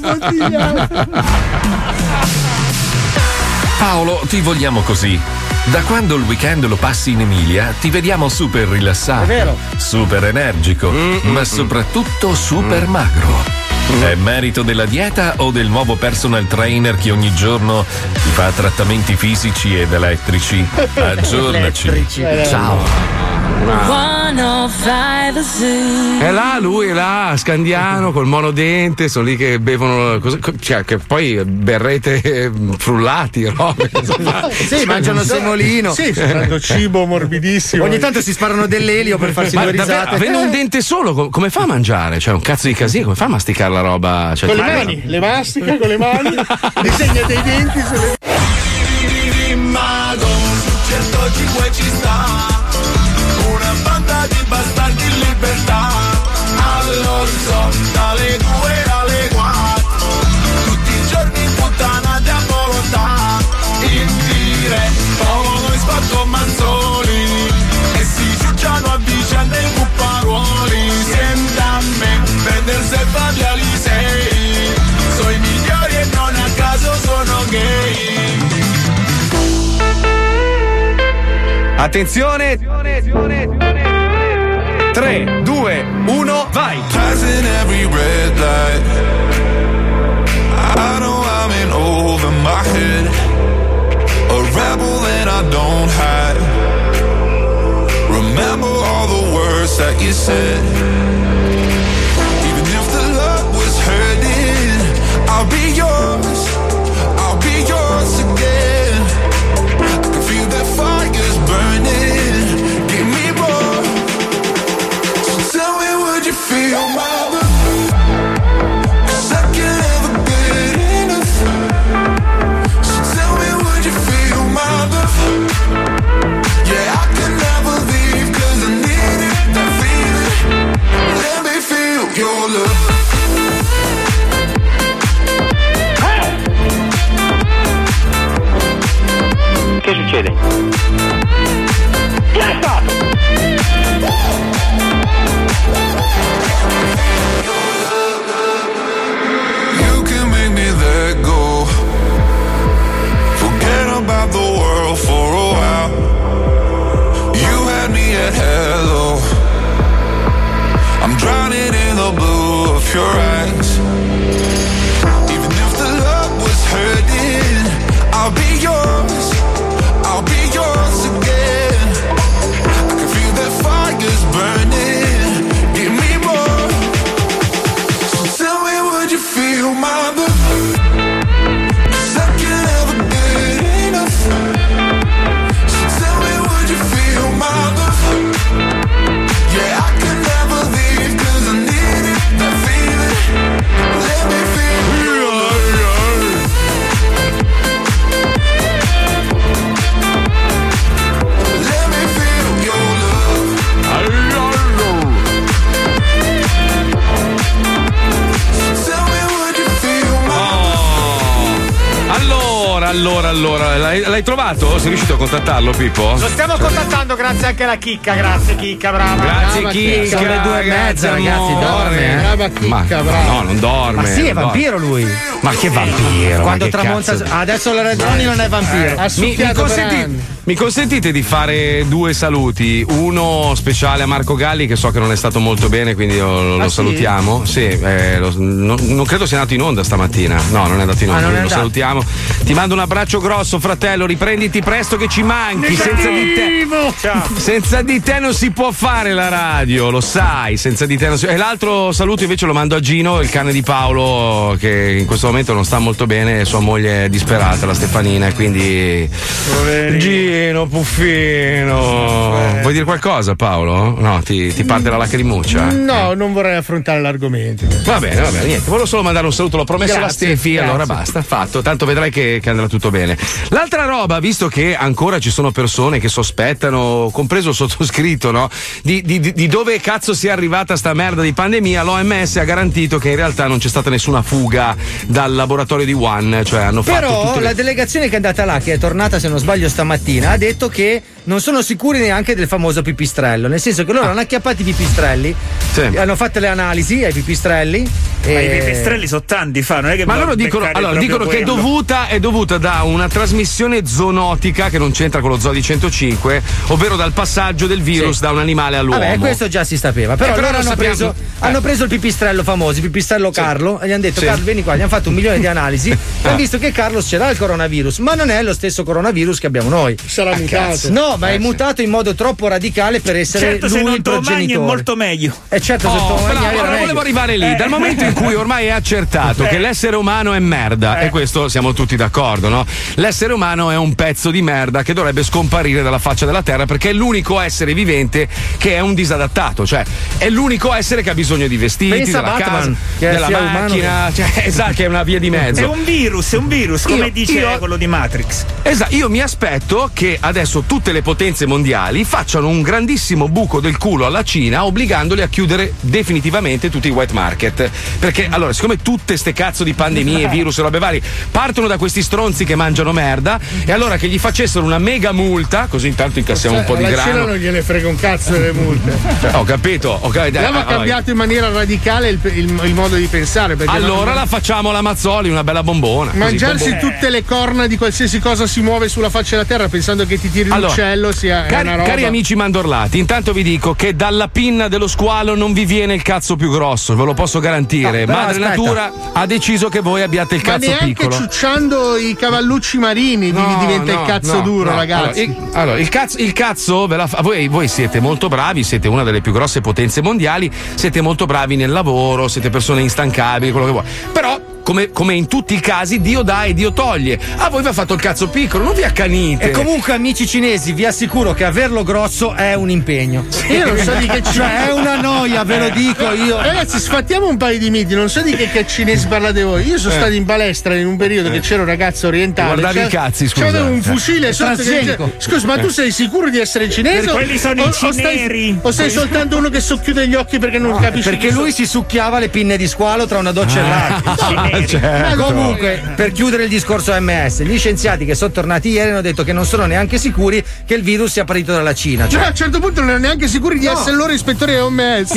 Paolo, ti vogliamo così. Da quando il weekend lo passi in Emilia, ti vediamo super rilassato, È vero. super energico, ma soprattutto super magro. È merito della dieta o del nuovo personal trainer che ogni giorno ti fa trattamenti fisici ed elettrici? Aggiornaci. Ciao. È là, lui è là, Scandiano col monodente, sono lì che bevono, cioè che poi berrete frullati, robe. Sì, mangiano semolino. Sì, prendo cibo morbidissimo. Ogni tanto si sparano dell'elio per farsi due risate. Avendo un dente solo, come fa a mangiare? Cioè, un cazzo di casino, come fa a masticare la roba? Cioè, con le mani, le mastica con le mani, disegna dei denti sulle. Mago, su 105 ci sta una banda di bastardi in libertà. Allo non so, dalle 2 alle 4, tutti i giorni puttanate a volontà, in diretto noi spacco manzoni e si ciucciano a vicenda in cupparuoli. Senta a me, prendersi e farli Alisei, sono i migliori e non a caso sono gay. Attenzione, 3, 2, 1, vai! Passing every red light, I know I'm in over my head, a rebel that I don't hide. Remember all the words that you said. Even if the love was hurting, I'll be yours, I'll be yours again. I can feel that fire's burning, give me more. So tell me, would you feel my love? 'Cause I can't ever get enough. So tell me, would you feel my love? Yeah, I can never leave 'cause I need it, that feeling. Let me feel your love. Che succede? Chi è stato? You can make me let go, forget about the world for a while. You had me at hello, I'm drowning in the blue of your eyes. Even if the love was hurting, I'll be yours, I'll be yours again. I can feel that fire's burning, give me more. So tell me, would you feel my love? 'Cause I can't ever get enough. So tell me, would you feel my love? Yeah, I can never leave 'cause I need it, that feeling. Let me feel your love. Let me feel your love. Tell me, would you feel my Allora, l'hai trovato? Sei riuscito a contattarlo, Pippo? Lo stiamo contattando, grazie anche alla Chicca, grazie Chicca, brava. Grazie brava, Chicca. Sono le 2:30, ragazzi, dorme. Brava Chicca, brava. No, non dorme. Ma sì, è non dorme. vampiro lui. Ma che vampiro? Quando ma che tramonta. cazzo? Adesso la ragioni non è vampiro. Ha succhiato per anni. Mi consentite di fare 2 saluti? Uno speciale a Marco Galli, che so che non è stato molto bene, quindi lo salutiamo. Sì, non credo sia andato in onda stamattina. No, non è andato in onda, non è quindi lo andato. salutiamo. Ti mando un abbraccio grosso, fratello. Riprenditi presto che ci manchi. Senza di te non si può fare la radio, lo sai. Senza di te non si... E l'altro saluto invece lo mando a Gino, il cane di Paolo, che in questo momento non sta molto bene. Sua moglie è disperata, la Stefanina, e quindi. Gino, puffino. Vuoi dire qualcosa, Paolo? No, ti parte la lacrimuccia? No, non vorrei affrontare l'argomento. Va bene, niente. Volevo solo mandare un saluto, l'ho promesso alla Grazie, Stefi, grazie. allora basta, fatto. Tanto vedrai che andrà tutto bene. L'altra roba, visto che ancora ci sono persone che sospettano, compreso il sottoscritto, no? Di dove cazzo sia arrivata sta merda di pandemia, l'OMS ha garantito che in realtà non c'è stata nessuna fuga dal laboratorio di Wuhan, cioè hanno fatto Però tutte la delegazione che è andata là, che è tornata se non sbaglio stamattina, ha detto che non sono sicuri neanche del famoso pipistrello, nel senso che loro hanno acchiappato i pipistrelli, hanno fatto le analisi ai pipistrelli. Ma i pipistrelli sono tanti, non è che ma loro dicono che è dovuta da una trasmissione zoonotica che non c'entra con lo zoo di 105, ovvero dal passaggio del virus da un animale all'uomo. Vabbè, questo già si sapeva. Però loro hanno preso il pipistrello famoso, il pipistrello Carlo, e gli hanno detto: Carlo, vieni qua, gli hanno fatto 1 milione di analisi e hanno visto che Carlo ce l'ha il coronavirus, ma non è lo stesso coronavirus che abbiamo noi. Sarà mutato. No, ma è mutato in modo troppo radicale per essere certo, lui se non il te lo mangi progenitore. è molto meglio. Certo, se te lo mangi era meglio. Volevo arrivare lì, dal momento in cui ormai è accertato che l'essere umano è merda, e questo siamo tutti d'accordo, no? L'essere umano è un pezzo di merda che dovrebbe scomparire dalla faccia della terra, perché è l'unico essere vivente che è un disadattato, cioè è l'unico essere che ha bisogno di vestiti, Pensa della Batman, casa, della macchina, esatto, che è una via di mezzo. È un virus, come dice quello di Matrix. Esatto, io mi aspetto che adesso tutte le potenze mondiali facciano un grandissimo buco del culo alla Cina, obbligandoli a chiudere chiudere definitivamente tutti i wet market. Perché allora, siccome tutte ste cazzo di pandemie, virus e robe varie partono da questi stronzi che mangiano merda, e allora che gli facessero una mega multa, così intanto incassiamo un po' di la grano. Cina non gliene frega un cazzo delle multe. Ho capito. Abbiamo cambiato in maniera radicale il modo di pensare. Allora la facciamo alla Mazzoli, una bella bombona. Mangiarsi tutte le corna di qualsiasi cosa si muove sulla faccia della terra pensando che ti tiri l'uccello sia una roba. Cari amici mandorlati, intanto vi dico che dalla pinna dello squalo non vi viene il cazzo più grosso, ve lo posso garantire. Madre Natura ha deciso che voi abbiate il cazzo piccolo. Ma neanche ciucciando i cavallucci marini diventa il cazzo duro, ragazzi. Allora, il cazzo voi siete molto bravi, siete una delle più grosse potenze mondiali, siete molto bravi nel lavoro, siete persone instancabili, quello che vuoi. Però come in tutti i casi, Dio dà e Dio toglie. A voi vi ha fatto il cazzo piccolo, non vi accanite. E comunque, amici cinesi, vi assicuro che averlo grosso è un impegno. Io non so di che è una noia, ve lo dico io. Ragazzi, sfattiamo un paio di miti, non so di che cinesi parlate voi. Io sono stato in palestra in un periodo che c'era un ragazzo orientale. Guardavi i cazzi, scusa. C'aveva un fucile sotto. Scusa, ma tu sei sicuro di essere cinese? Quelli sono i cineri. O sei soltanto uno che socchiude gli occhi perché non capisce? Perché lui si succhiava le pinne di squalo tra una doccia e l'altra. Comunque, per chiudere il discorso OMS, gli scienziati che sono tornati ieri hanno detto che non sono neanche sicuri che il virus sia partito dalla Cina. Cioè, a un certo punto non erano neanche sicuri di essere loro ispettori OMS.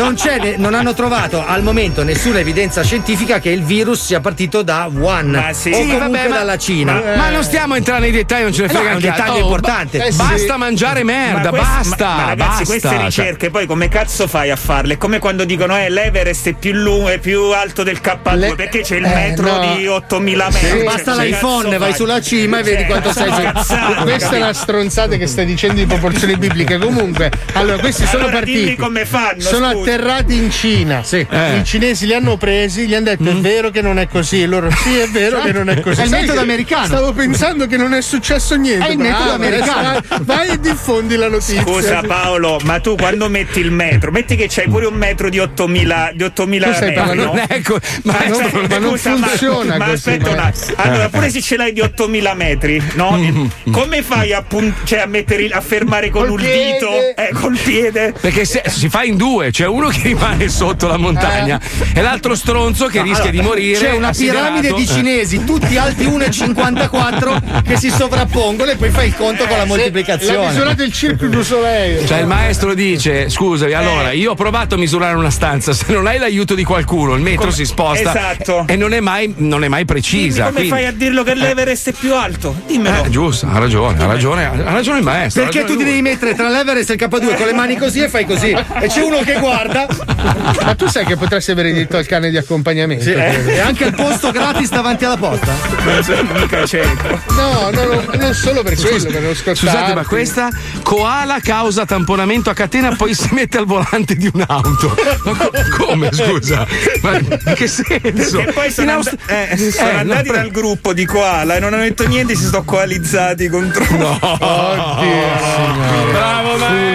Non hanno trovato al momento nessuna evidenza scientifica che il virus sia partito da Wuhan o comunque dalla Cina. Ma non stiamo a entrare nei dettagli, non ce ne frega un dettaglio importante. Basta mangiare merda, basta. Ma ragazzi, queste ricerche poi come cazzo fai a farle? È come quando dicono l'Everest è più lungo, è più alto del K2 perché c'è il metro di 8000 metri. Basta l'iPhone, vai sulla cima e vedi quanto sei su. Questa è una stronzata che stai dicendo di proporzioni bibliche. Comunque, allora questi sono partiti. Come fanno? Sono atterrati in Cina. Sì. I cinesi li hanno presi, gli hanno detto è vero che non è così. E loro sì, è vero che non è così. È il metodo americano. Stavo pensando che non è successo niente. È il metodo americano. Vai e diffondi la notizia. Scusa Paolo, ma tu quando metti il metro, metti che c'hai pure un metro di 8000 metri, no? Ma non funziona ma così. Aspetta un attimo. Allora, pure se ce l'hai di 8000 metri, no? Come fai a mettere a fermare con il dito? Col piede? Perché si fa in due, c'è uno che rimane sotto la montagna e l'altro stronzo che rischia di morire. C'è una piramide di cinesi, tutti alti 1,54 che si sovrappongono e poi fai il conto con la moltiplicazione. Ha misurato il Cirque du Soleil. Cioè il maestro dice: scusami, allora io ho provato a misurare una stanza, se non hai l'aiuto di qualcuno il metro si sposta. Esatto. E non è mai precisa. Come fai a dirlo che l'Everest è più alto? Dimmelo. Giusto, ha ragione il maestro. Perché tu ti devi mettere tra l'Everest e il K2 con le mani così e fai così. E c'è uno che guarda. Ma tu sai che potresti avere diritto al cane di accompagnamento? Sì, e anche il posto gratis davanti alla porta? Mica c'è. No, non solo per quello, per non scottarti. Scusate, ma questa koala causa tamponamento a catena, poi si mette al volante di un'auto. Ma come, scusa? Ma in che senso? Perché poi sono andati dal gruppo di koala e non hanno detto niente, si sono coalizzati contro. No. Oddio. Bravo,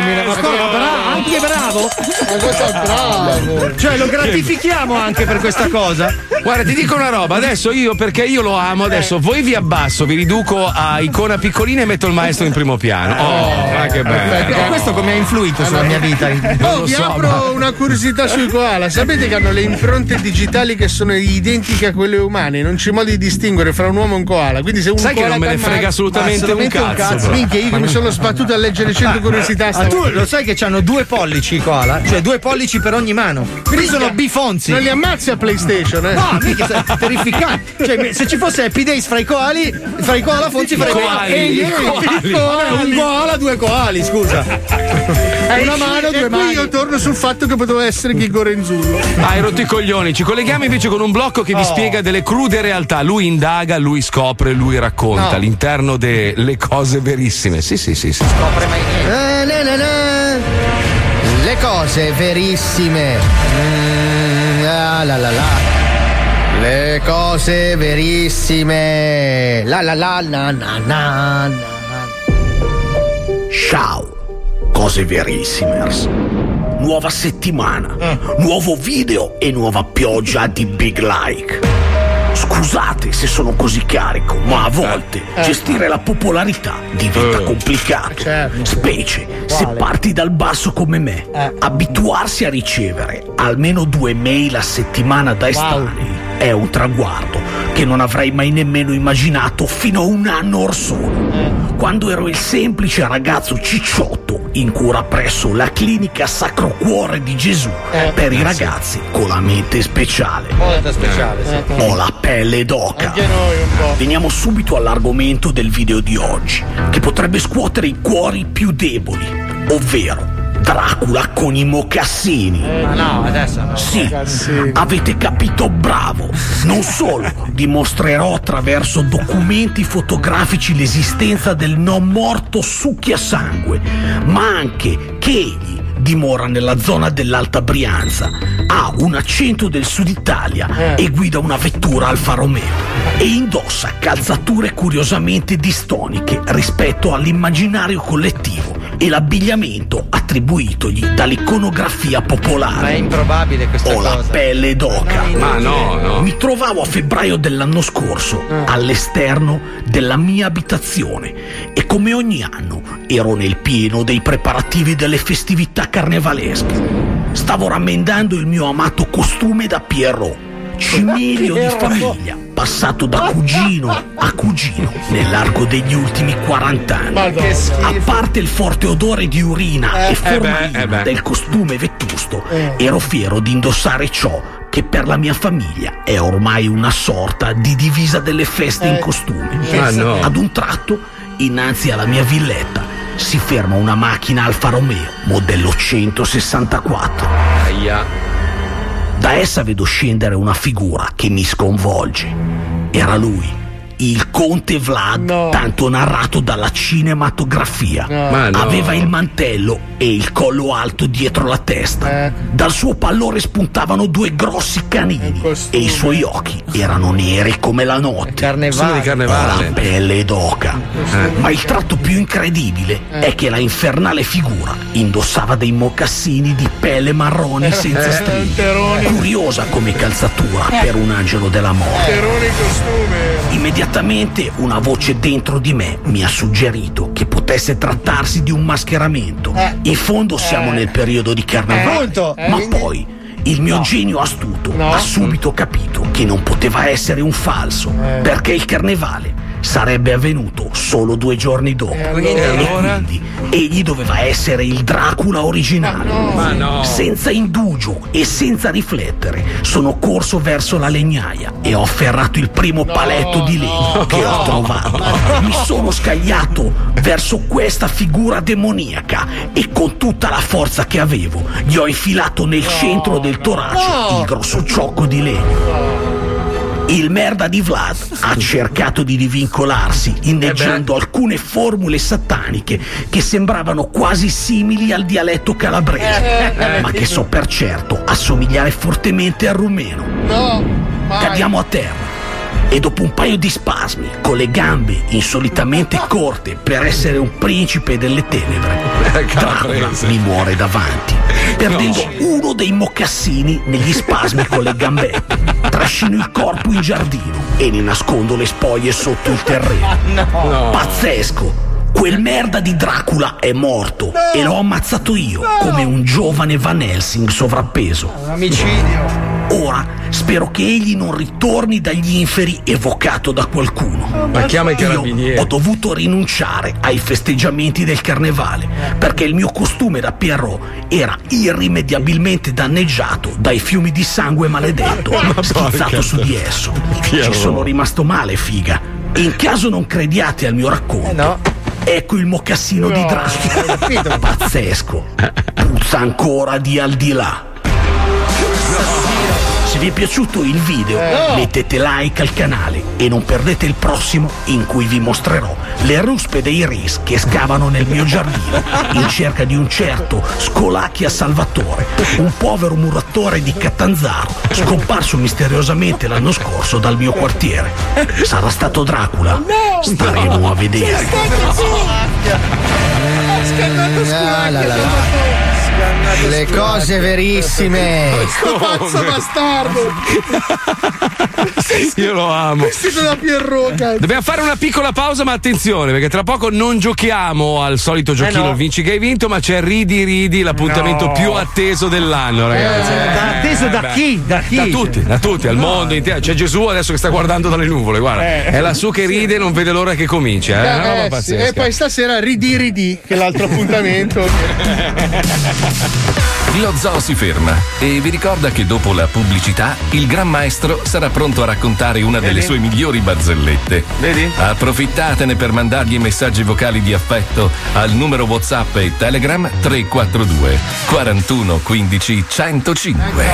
anche bravo. Ma cosa bravo? Cioè lo gratifichiamo anche per questa cosa. Guarda, ti dico una roba, adesso perché io lo amo, adesso voi vi abbasso, vi riduco a icona piccolina e metto il maestro in primo piano. Ma che bello. E questo come ha influito sulla mia vita? Vi apro una curiosità sui koala. Sapete che hanno le impronte digitali che sono identiche a quelle umane, non c'è modo di distinguere fra un uomo e un koala. Quindi se un sai che non me ne frega assolutamente un cazzo. Minchia, io che mi sono sbattuto a leggere 100 curiosità. Ma tu lo sai che hanno 2 pollici i koala? Cioè 2 pollici per ogni mano. Quindi sono bifonzi. Non li ammazzi a PlayStation, No, mica, è terrificante. Cioè, se ci fosse Happy Days fra i koala fonzi farei un koala, 2 koali, scusa. È una mano, 2 mani. Io torno sul fatto che poteva essere Ghigo Renzullo. Hai rotto i coglioni. Ci colleghiamo invece con un blocco che vi spiega delle crude realtà. Lui indaga, lui scopre, lui racconta all'interno delle cose verissime. Sì. Scopre mai niente. Le cose verissime. Le cose verissime. Ciao, cose verissimers. Nuova settimana, nuovo video e nuova pioggia di Big Like. Scusate se sono così carico, ma a volte gestire la popolarità diventa complicato. Specie se parti dal basso come me. Abituarsi a ricevere almeno 2 mail a settimana da estranei è un traguardo che non avrei mai nemmeno immaginato fino a 1 anno or sono. Quando ero il semplice ragazzo cicciotto in cura presso la clinica Sacro Cuore di Gesù per i ragazzi con la mente speciale. Molto speciale, sì. Ho la pelle d'oca. Anche noi un po'. Veniamo subito all'argomento del video di oggi, che potrebbe scuotere i cuori più deboli, ovvero Dracula con i mocassini. Ma no, adesso no. Sì, avete capito, bravo. Non solo dimostrerò attraverso documenti fotografici l'esistenza del non morto succhiasangue, ma anche che egli dimora nella zona dell'Alta Brianza, ha un accento del Sud Italia e guida una vettura Alfa Romeo e indossa calzature curiosamente distoniche rispetto all'immaginario collettivo e l'abbigliamento attribuitogli dall'iconografia popolare. Ma è improbabile questa cosa. Ho la pelle d'oca. Ma no. Mi trovavo a febbraio dell'anno scorso all'esterno della mia abitazione e come ogni anno ero nel pieno dei preparativi delle festività carnevalesche. Stavo rammendando il mio amato costume da Pierrot, cimelio di famiglia, passato da cugino a cugino nell'arco degli ultimi 40 anni. A parte il forte odore di urina e formalina del costume vetusto, ero fiero di indossare ciò che per la mia famiglia è ormai una sorta di divisa delle feste in costume. Ad un tratto, innanzi alla mia villetta, si ferma una macchina Alfa Romeo modello 164. Da essa vedo scendere una figura che mi sconvolge. Era lui, il conte Vlad, tanto narrato dalla cinematografia. Aveva il mantello e il collo alto dietro la testa. Dal suo pallore spuntavano 2 grossi canini e i suoi occhi erano neri come la notte. Carnevale. La pelle d'oca. Ma il tratto più incredibile è che la infernale figura indossava dei mocassini di pelle marrone senza stringhe, curiosa come calzatura per un angelo della morte. Immediatamente una voce dentro di me mi ha suggerito che potesse trattarsi di un mascheramento. In fondo siamo nel periodo di carnevale, ma poi il mio genio astuto ha subito capito che non poteva essere un falso, perché il carnevale sarebbe avvenuto solo 2 giorni dopo. E quindi egli doveva essere il Dracula originale. Senza indugio e senza riflettere sono corso verso la legnaia e ho afferrato il primo paletto di legno che ho trovato. Mi sono scagliato verso questa figura demoniaca e con tutta la forza che avevo gli ho infilato nel centro del torace il grosso ciocco di legno. Il merda di Vlad ha cercato di divincolarsi inneggiando alcune formule sataniche che sembravano quasi simili al dialetto calabrese, ma che so per certo assomigliare fortemente al rumeno. Cadiamo a terra e dopo un paio di spasmi con le gambe insolitamente corte per essere un principe delle tenebre, Dracula mi muore davanti, perdendo uno dei mocassini negli spasmi con le gambette. Trascino il corpo in giardino e ne nascondo le spoglie sotto il terreno. Pazzesco! Quel merda di Dracula è morto e l'ho ammazzato io come un giovane Van Helsing sovrappeso. Un omicidio. Ora spero che egli non ritorni dagli inferi evocato da qualcuno. Ma chiama i carabinieri. Io ho dovuto rinunciare ai festeggiamenti del carnevale perché il mio costume da Pierrot era irrimediabilmente danneggiato dai fiumi di sangue maledetto schizzato su di esso. Ci sono rimasto male, figa. In caso non crediate al mio racconto, ecco il mocassino di Dracula. Pazzesco. Puzza ancora di al di là. Se vi è piaciuto il video, mettete like al canale E non perdete il prossimo, in cui vi mostrerò le ruspe dei ris che scavano nel mio giardino in cerca di un certo Scolacchia Salvatore, un povero muratore di Catanzaro scomparso misteriosamente l'anno scorso dal mio quartiere. Sarà stato Dracula? Staremo a vedere. Le cose verissime. Questo pazzo bastardo. Io lo amo. Vestito da Pierroca. Dobbiamo fare una piccola pausa, ma attenzione, perché tra poco non giochiamo al solito giochino il vinci che hai vinto, ma c'è Ridi, l'appuntamento più atteso dell'anno, ragazzi. Atteso da chi? Da chi? Da tutti, al mondo intero. C'è Gesù adesso che sta guardando dalle nuvole, guarda. È lassù che ride e non vede l'ora che cominci. Una roba pazzesca. E poi stasera Ridi, che è l'altro appuntamento. Lo zoo si ferma e vi ricorda che dopo la pubblicità il Gran Maestro sarà pronto a raccontare una delle sue migliori barzellette. Vedi? Approfittatene per mandargli messaggi vocali di affetto al numero WhatsApp e Telegram 342 41 15 105.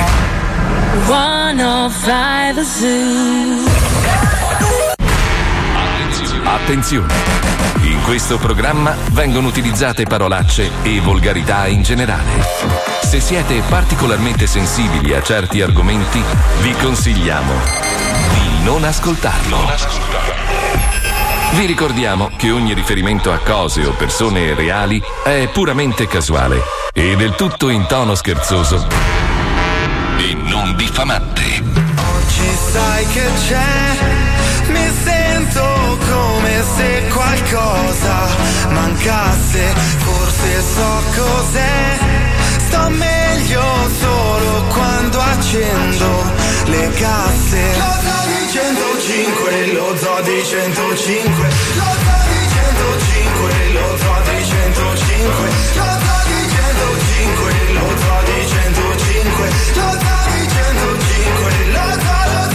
105 Zoo. Attenzione! In questo programma vengono utilizzate parolacce e volgarità in generale. Se siete particolarmente sensibili a certi argomenti, vi consigliamo di non ascoltarlo. Vi ricordiamo che ogni riferimento a cose o persone reali è puramente casuale e del tutto in tono scherzoso e non diffamante. Oggi sai che c'è, mi sento come se qualcosa mancasse, forse so cos'è, sto meglio solo quando accendo le casse. Lo zoo di 105, lo zoo di 105, lo zoo di 105, lo zoo di 105, lo zoo di 105, lo zoo di 105, lo zoo di 105, lo zoo.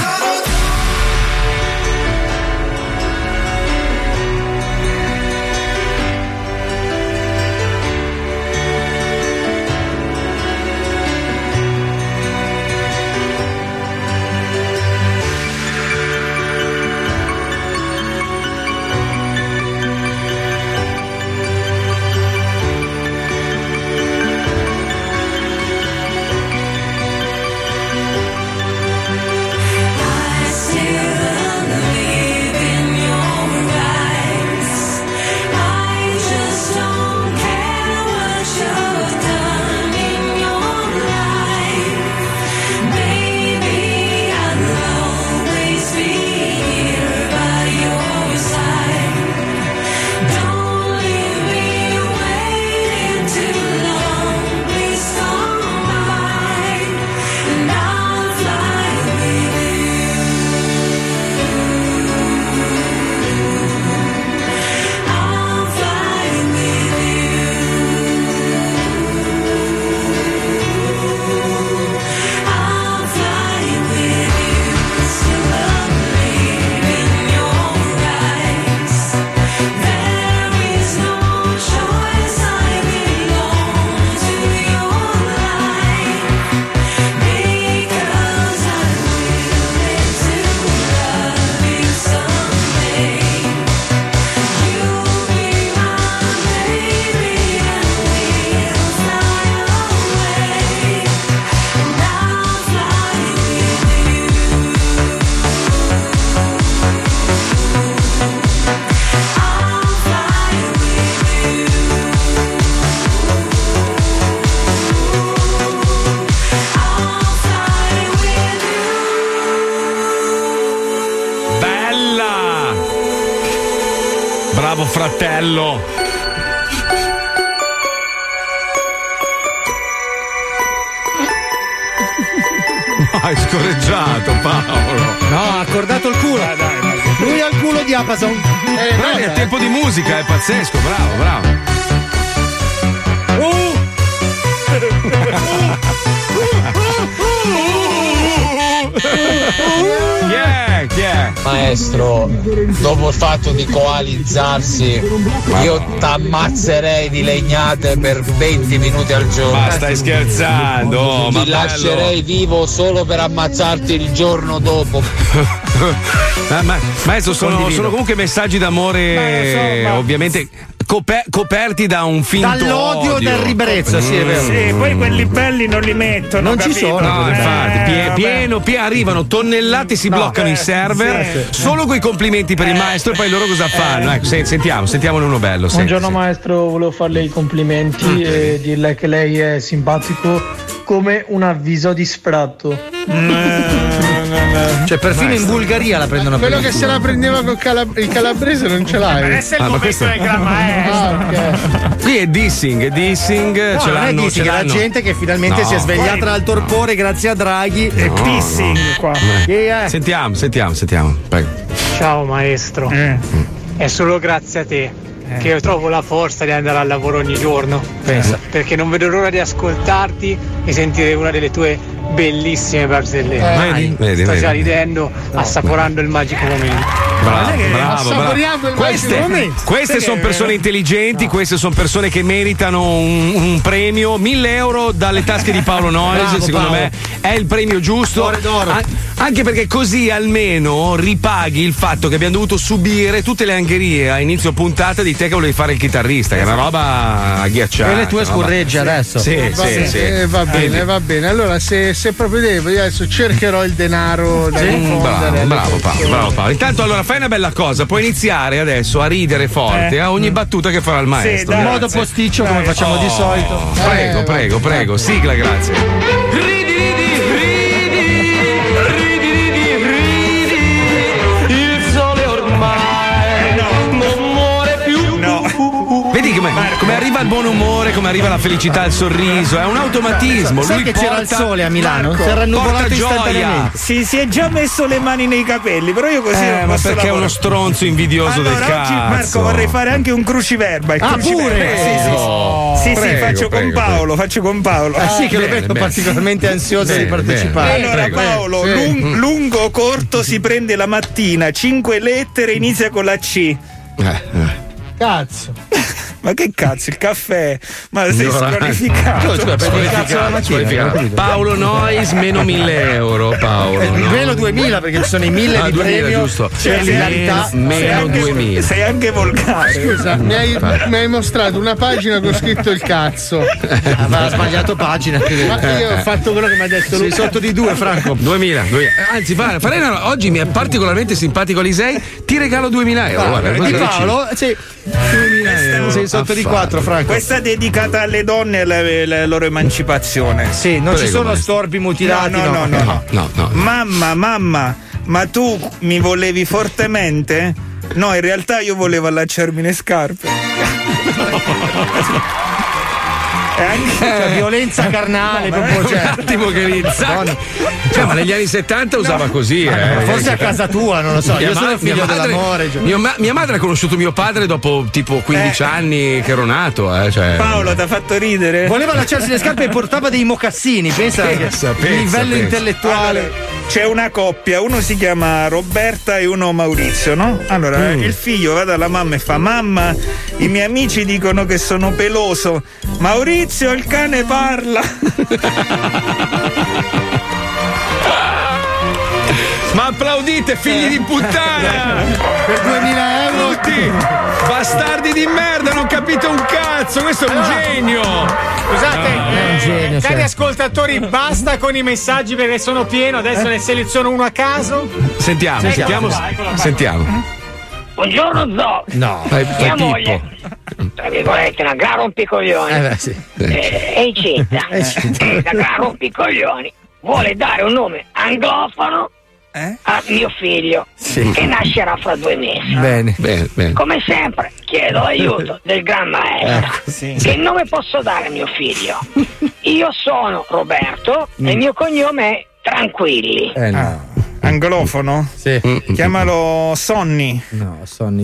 Bravo fratello. No, hai scorreggiato Paolo. No, ha accordato il culo. Lui ha il culo di Amazon. Bravi, è tempo di musica, è pazzesco, bravo. Chi è? Maestro, dopo il fatto di coalizzarsi, io t'ammazzerei di legnate per 20 minuti al giorno. Ma stai scherzando? Ti lascerei vivo solo per ammazzarti il giorno dopo. Maestro, sono comunque messaggi d'amore, ovviamente coperti da un finto dall'odio, odio. dal ribrezzo, sì, è vero. Sì, poi quelli belli non li mettono. Non ci sono. No, infatti, pieno, arrivano tonnellate, si bloccano i server solo coi complimenti per il maestro, e poi loro cosa fanno? Ecco, sentiamone uno bello. Buongiorno maestro, volevo farle i complimenti e dirle che lei è simpatico come un avviso di spratto. Cioè, perfino in Bulgaria la prendono per quello che se la prendeva con il calabrese non ce l'hai. Adesso è il momento del gran maestro. Qui è dissing, no, ce l'hanno, dissing, è la gente che finalmente si è svegliata dal torpore grazie a Draghi. È pissing qua. Sentiamo, prego. Ciao maestro, è solo grazie a te che io trovo la forza di andare al lavoro ogni giorno. Pensa. Perché non vedo l'ora di ascoltarti e sentire una delle tue bellissime barzellette. Vedi, sto già ridendo, assaporando il magico momento. Bravo. Queste sono persone intelligenti, queste sono persone che meritano un premio. 1.000 euro dalle tasche di Paolo Noyes, secondo me è il premio giusto. Anche perché così almeno ripaghi il fatto che abbiamo dovuto subire tutte le angherie a inizio puntata di te che volevi fare il chitarrista, che è una roba agghiacciata. E le tue scurregge adesso. Sì. Va bene. Allora, se proprio devo, io adesso cercherò il denaro da infondere. Bravo Paolo. Intanto, allora, fai una bella cosa, puoi iniziare adesso a ridere forte a ogni battuta che farà il maestro. In modo posticcio, come facciamo di solito. Prego. Sigla, grazie. Vedi come arriva il buon umore, come arriva la felicità, il sorriso, è un automatismo. Sai lui che c'era il sole a Milano? Marco, si era annuvolato porta istantaneamente. Si è già messo le mani nei capelli, però io così non ma posso perché è lavorare. uno stronzo invidioso del cazzo. Oggi, Marco, vorrei fare anche un cruciverba. Pure? Sì, faccio con Paolo. Sì, che lo vedo particolarmente ansioso di partecipare. Allora, Paolo, lungo o corto si prende la mattina, 5 lettere, inizia con la C. Cazzo. Ma che cazzo, il caffè? Ma sei squalificato. Paolo Noyes meno 1.000 euro. Paolo. Meno 2.000 perché ci sono i 1.000 di premio. Giusto. Meno 2.000. Sei anche volgare. Scusa, mi hai mostrato una pagina con scritto il cazzo. Aveva sbagliato pagina. Ma io ho fatto quello che mi ha detto lui. Sei sotto di 2, Franco. 2.000. Anzi, Farena oggi mi è particolarmente simpatico Alisei. Ti regalo 2.000 euro. Guarda, di Paolo, sì. 2.000 euro. Sei sotto di 4, Franco. Questa è dedicata alle donne e alla loro emancipazione. Sì, non ci sono storpi mutilati. No. Mamma, ma tu mi volevi fortemente? No, in realtà io volevo allacciarmi le scarpe. Cioè, violenza carnale proprio, un attimo che ma negli anni 70 usava così, forse a casa tua, non lo so. Io sono figlio dell'amore. Mia madre ha conosciuto mio padre dopo tipo 15 anni che ero nato. Paolo, t'ha fatto ridere? Voleva allacciarsi le scarpe e portava dei mocassini. Pensa livello intellettuale. Allora, c'è una coppia, uno si chiama Roberta e uno Maurizio, no? Allora, il figlio va dalla mamma e fa: mamma, i miei amici dicono che sono peloso. Maurizio, il cane parla. Ma applaudite, figli di puttana! Per 2.000 euro tutti! Bastardi di merda, non capite un cazzo! Questo è un genio! Scusate, cari ascoltatori, basta con i messaggi perché sono pieno. Adesso ne seleziono uno a caso. Sentiamo. Buongiorno Zo. No, mia moglie, tra virgolette, una gara rompicoglioni. È incinta. La gara rompicoglioni vuole dare un nome anglofono a mio figlio che nascerà fra 2 mesi. Bene. Come sempre chiedo l'aiuto del gran maestro. Che nome posso dare a mio figlio? Io sono Roberto e il mio cognome è Tranquilli. Anglofono? Sì. Chiamalo Sonny. No, Sonny.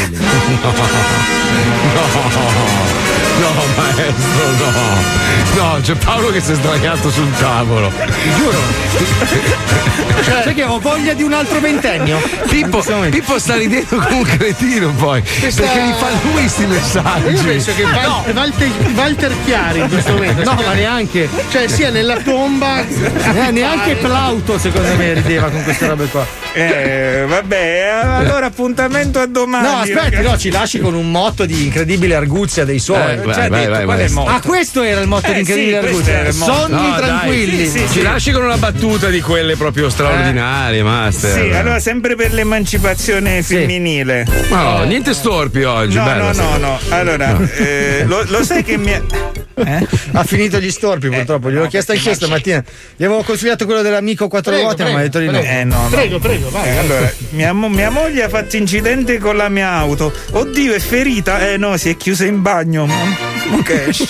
No, maestro, no. No, c'è Paolo che si è sdraiato sul tavolo. Ti giuro. Sai che ho voglia di un altro ventennio? Pippo sta ridendo come un cretino poi. Perché li fa lui sti messaggi. Io penso che Walter Chiari in questo momento. No, ma neanche. Cioè, sia nella tomba. Neanche Plauto, secondo me, rideva con queste robe qua. Vabbè, allora appuntamento a domani. No, aspetti, no, ci lasci con un motto di incredibile arguzia dei suoi. Vai. Ah, questo era il motto di incredibile arguzia. Sonni tranquilli. Dai, ci lasci con una battuta di quelle proprio straordinarie, Master. Sì, allora sempre per l'emancipazione femminile. No, niente storpi oggi. No. Allora, lo sai che mi ha finito gli storpi purtroppo, gliel'ho chiesto anch'io stamattina. Gli avevo consigliato quello dell'amico 4 ruote, ma mi ha detto di no. Prego, vai. Allora, mia moglie ha fatto incidente con la mia auto. Oddio, è ferita? No, si è chiusa in bagno. Ok.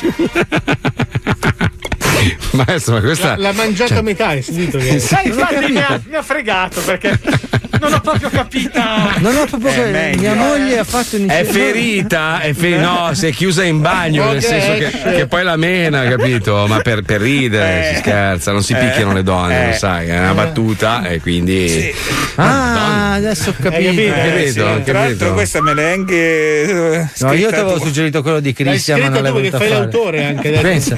Maestro, ma questa l'ha mangiata a metà, hai sentito che infatti mi ha fregato perché non ho proprio capito. Mia moglie ha fatto un è ferita, no, si è chiusa in bagno, nel senso che poi la mena, capito? Ma per ridere, si scherza, non si picchiano le donne, lo sai, è una battuta e quindi sì. Adesso ho capito. Tra l'altro questa me l'hai anche no, io ti avevo suggerito quello di Cristian, ma non l'hai voluta fare. Fai l'autore anche pensa.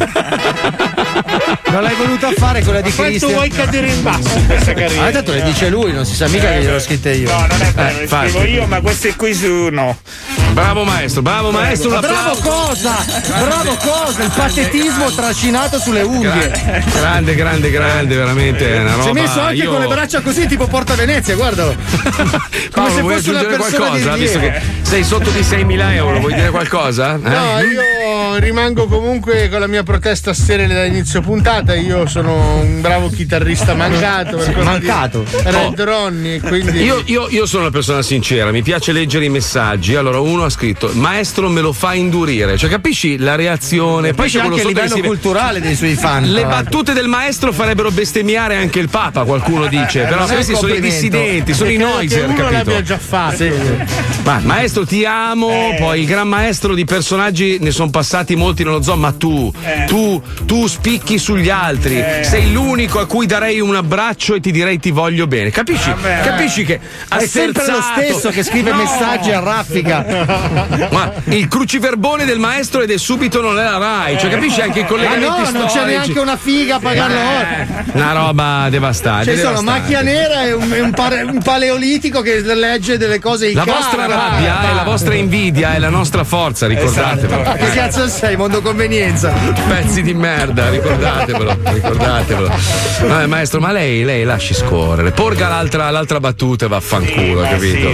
Non l'hai voluta fare quella di Cristian. Quanto vuoi cadere in basso in questa carriera? Tanto le dice lui, non si sa mica che gliel'ho scritta io. No, non è vero, le scrivo io, ma queste qui no. Bravo maestro. Bravo cosa? Il patetismo trascinato sulle unghie. Grande, veramente è una roba. Si è messo anche con le braccia così, tipo Porta Venezia, guardalo. Come se fosse una persona qualcosa, visto che sei sotto di 6.000 euro, vuoi dire qualcosa? No, io rimango comunque con la mia protesta sterile da inizio puntata. Io sono un bravo chitarrista mancato. Red Ronnie, quindi io sono una persona sincera, mi piace leggere i messaggi. Allora uno ha scritto: maestro me lo fa indurire, cioè capisci la reazione? Poi c'è anche il livello culturale dei suoi fan. Le battute del maestro farebbero bestemmiare anche il Papa, qualcuno dice, però questi sono i dissidenti, sono i noiser, uno capito? l'abbia già fatto. Sì. Ma maestro ti amo, poi il gran maestro di personaggi ne sono passati molti nello zoo, ma tu spicchi sugli altri, sei l'unico a cui darei un abbraccio e ti direi ti voglio bene, capisci? Capisci che è sempre lo stesso che scrive messaggi a raffica. Ma il cruciverbone del maestro ed è subito non è la Rai, cioè capisci anche i collegamenti storici. Non c'è neanche una figa a pagarlo ora. Una roba devastante. C'è solo macchia nera e un paleolitico che legge delle cose La vostra rabbia e la vostra invidia è la nostra forza, ricordatevelo. Esatto. Che cazzo sei, mondo convenienza? Pezzi di merda, ricordatevelo. Vabbè, maestro, ma lei lasci scorrere. Porga l'altra battuta e vaffanculo, capito?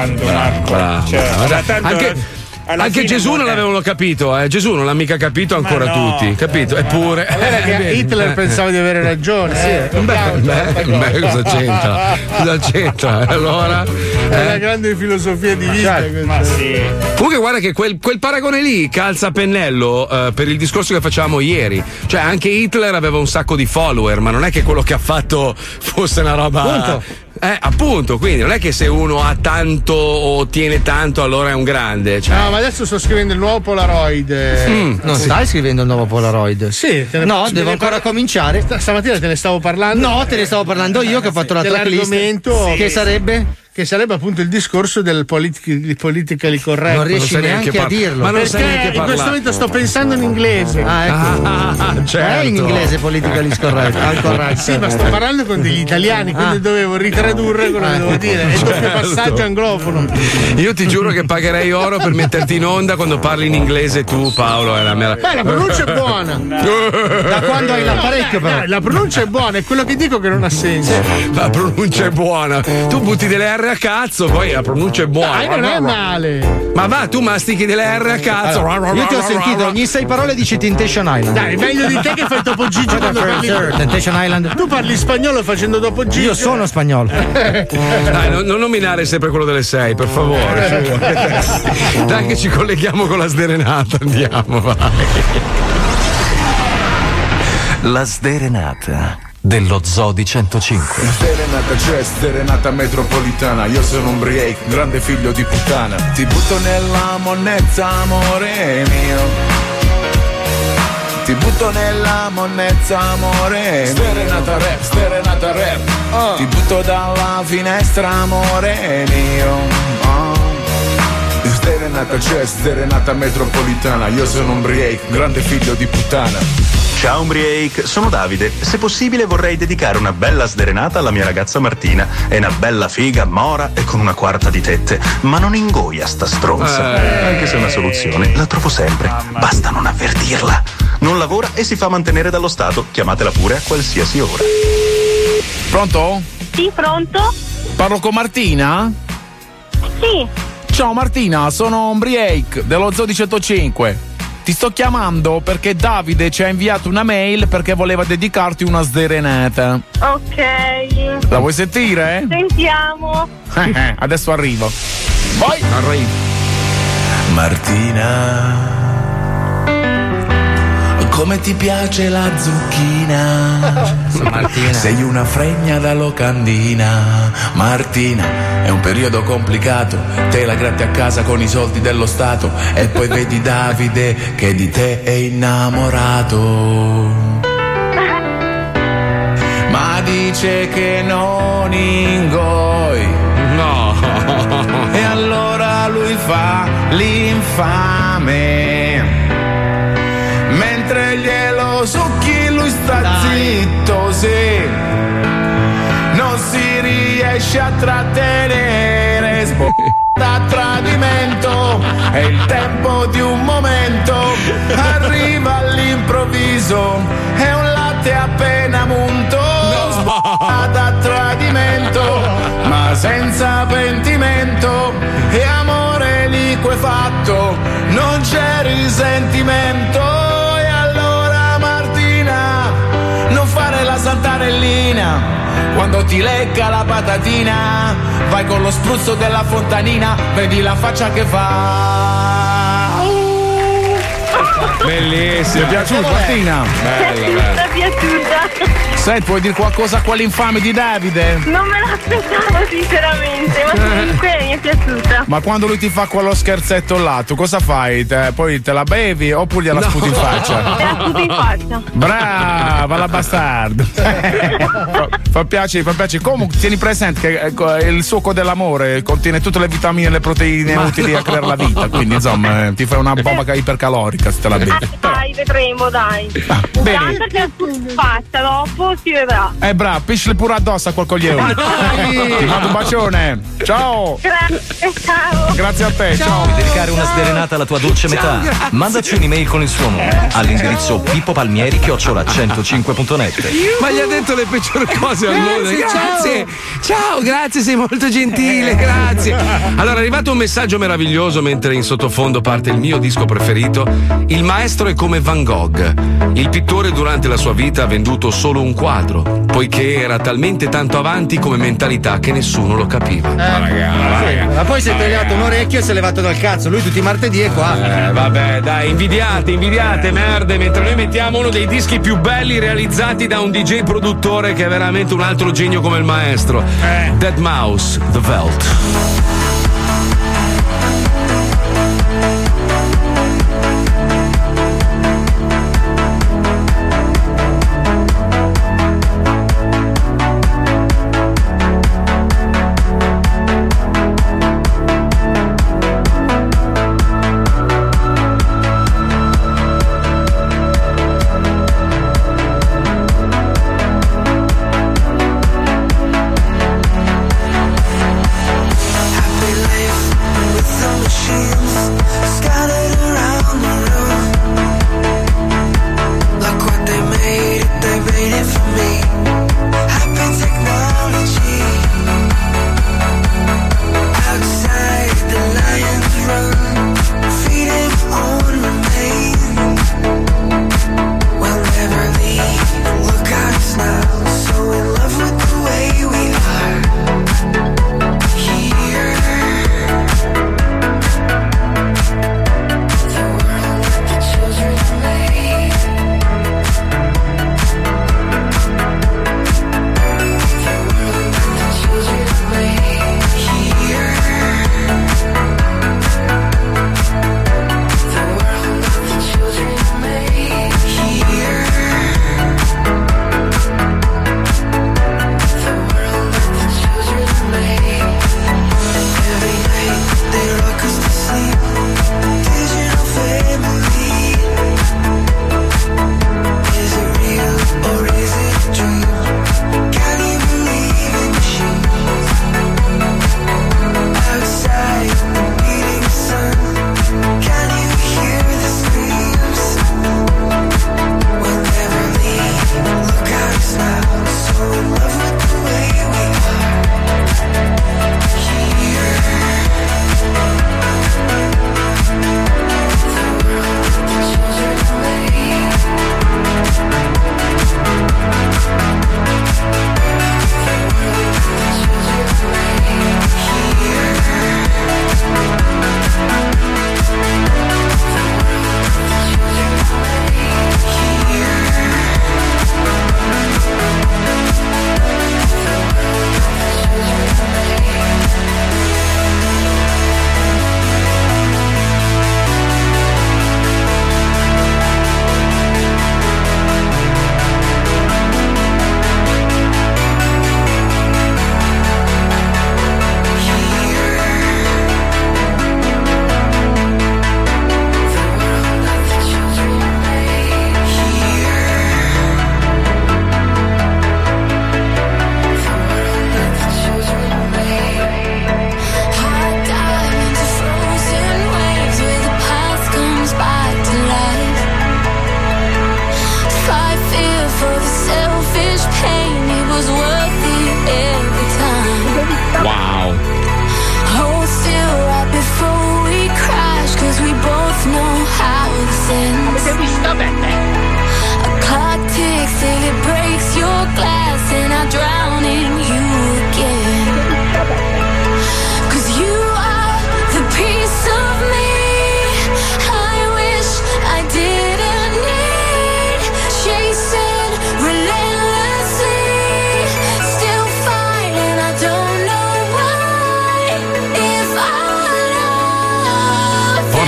Bravo. Anche Gesù non l'avevano capito, Gesù non l'ha mica capito ancora tutti, capito? Eppure. Hitler pensava di avere ragione. Sì. Beh, cosa c'entra? Allora. È la grande filosofia di vita. Ma sì. Comunque guarda che quel paragone lì calza a pennello per il discorso che facevamo ieri. Cioè anche Hitler aveva un sacco di follower, ma non è che quello che ha fatto fosse una roba. Appunto, quindi non è che se uno ha tanto o tiene tanto allora è un grande. Cioè. No, ma adesso sto scrivendo il nuovo Polaroid. Non stai scrivendo il nuovo Polaroid? Sì. No, devo ancora cominciare. Stamattina te ne stavo parlando. No, te ne stavo parlando io che ho fatto la tracklist. Che sarebbe? Che sarebbe appunto il discorso del politically correct. Non riesci neanche a dirlo. Ma non sai neanche in questo momento sto pensando in inglese. Certo. È in inglese politically correct. Sì, ma sto parlando con degli italiani, quindi dovevo ritradurre quello che devo dire. È doppio passaggio anglofono. Io ti giuro che pagherei oro per metterti in onda quando parli in inglese tu, Paolo. È la Beh, la pronuncia è buona. Da quando hai l'apparecchio, però. La pronuncia è buona, è quello che dico che non ha senso. La pronuncia è buona. Tu butti delle R a cazzo, poi la pronuncia è buona. Non è male. Ma va, tu mastichi delle R a cazzo. Allora, io ti ho sentito ogni 6 parole dici Temptation Island. Dai, meglio di te che fai Topo Gigi quando parli. Temptation Island. Tu parli spagnolo facendo Topo Gigi. Io sono spagnolo. Dai, non nominare sempre quello delle 6, per favore. Dai che ci colleghiamo con la sderenata, andiamo, vai. La sderenata dello Zodi 105. Serenata c'è, serenata metropolitana. Io sono un break, grande figlio di puttana. Ti butto nella monnezza, amore mio. Ti butto nella monnezza, amore. Serenata rap, serenata rap. Ti butto dalla finestra, amore mio. Serenata c'è, serenata metropolitana. Io sono un break, grande figlio di puttana. Ciao Umbriake, sono Davide. Se possibile vorrei dedicare una bella sderenata alla mia ragazza Martina. È una bella figa, mora e con una quarta di tette. Ma non ingoia sta stronza. Anche se è una soluzione, la trovo sempre. Basta non avvertirla. Non lavora e si fa mantenere dallo Stato. Chiamatela pure a qualsiasi ora. Pronto? Sì, pronto? Parlo con Martina? Sì. Ciao Martina, sono Umbriake dello Zodi 105. Ti sto chiamando perché Davide ci ha inviato una mail perché voleva dedicarti una sderenata. Ok. La vuoi sentire? Sentiamo. Adesso arrivo. Vai! Arrivo. Martina, come ti piace la zucchina? Martina. Sei una fregna da locandina. Martina, è un periodo complicato. Te la gratti a casa con i soldi dello Stato. E poi vedi Davide che di te è innamorato. Ma dice che non ingoi. No. E allora lui fa l'infame. Mentre glielo succhi lui sta zitto, sì. Non si riesce a trattenere. Da tradimento. È il tempo di un momento. Arriva all'improvviso. È un latte appena munto. Da tradimento. Ma senza pentimento. E amore liquefatto. Non c'è risentimento. Fare la santarellina quando ti lecca la patatina, vai con lo spruzzo della fontanina, vedi la faccia che fa. Bellissimo. Ti è piaciuta Martina? Bella. Mi è piaciuta. Senti, puoi dire qualcosa a quell'infame di Davide? Non me l'aspettavo sinceramente, ma comunque mi è piaciuta. Ma quando lui ti fa quello scherzetto là, tu cosa fai? Poi te la bevi oppure gliela sputi in faccia? Te la sputi in faccia. Brava la bastarda. Fa piacere. Comunque tieni presente che il succo dell'amore contiene tutte le vitamine e le proteine utili a creare la vita. Quindi insomma ti fai una bomba ipercalorica se te la bevi. Dai, vedremo, dai. Intanto te la sputi in faccia, dopo si vedrà. Bravo, piscili pure addosso a quel coglione. Ti mando un bacione. Ciao. Grazie, ciao. Grazie a te, ciao. Vuoi dedicare una sderenata alla tua dolce metà? Mandaci un'email con il suo nome all'indirizzo pippopalmieri@105.net. Ma gli ha detto le peggiori cose al mondo. Grazie. Ciao, grazie, sei molto gentile, grazie. Allora è arrivato un messaggio meraviglioso mentre in sottofondo parte il mio disco preferito. Il maestro è come Van Gogh. Il pittore durante la sua vita ha venduto solo un quadro, poiché era talmente tanto avanti come mentalità che nessuno lo capiva. Ma poi si è tagliato un orecchio e si è levato dal cazzo. Lui tutti i martedì è qua. Vabbè, dai, invidiate, merde, mentre noi mettiamo uno dei dischi più belli realizzati da un DJ produttore che è veramente un altro genio come il maestro. Deadmau5, The Veld.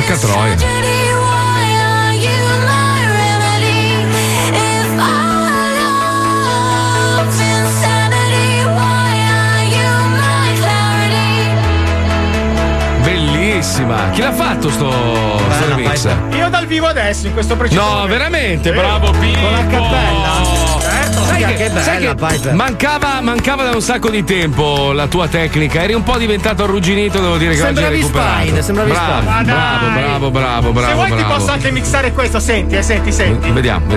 Porca troia. Chi l'ha fatto sto remix? Io dal vivo adesso in questo preciso No, momento. veramente, bravo Pippo. Con la cappella. Certo. Sai che mancava da un sacco di tempo la tua tecnica, eri un po' diventato arrugginito, devo dire che oggi hai recuperato. Sembravi Bravo. Se vuoi ti posso anche mixare questo, senti. Vediamo.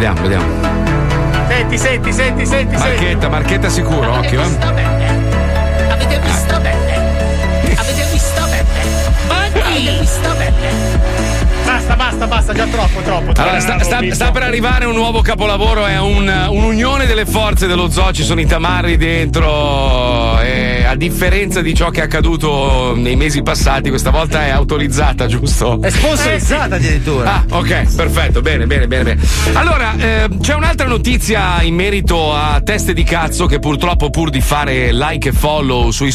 Senti. Marchetta sicuro, occhio. Avete visto bene? Basta, già troppo. Allora, sta per arrivare un nuovo capolavoro, è un'unione delle forze dello zoo, ci sono i tamarri dentro e a differenza di ciò che è accaduto nei mesi passati, questa volta è autorizzata, giusto? È sponsorizzata addirittura. Ah, ok, perfetto, bene. Allora, c'è un'altra notizia in merito a teste di cazzo che purtroppo pur di fare like e follow sui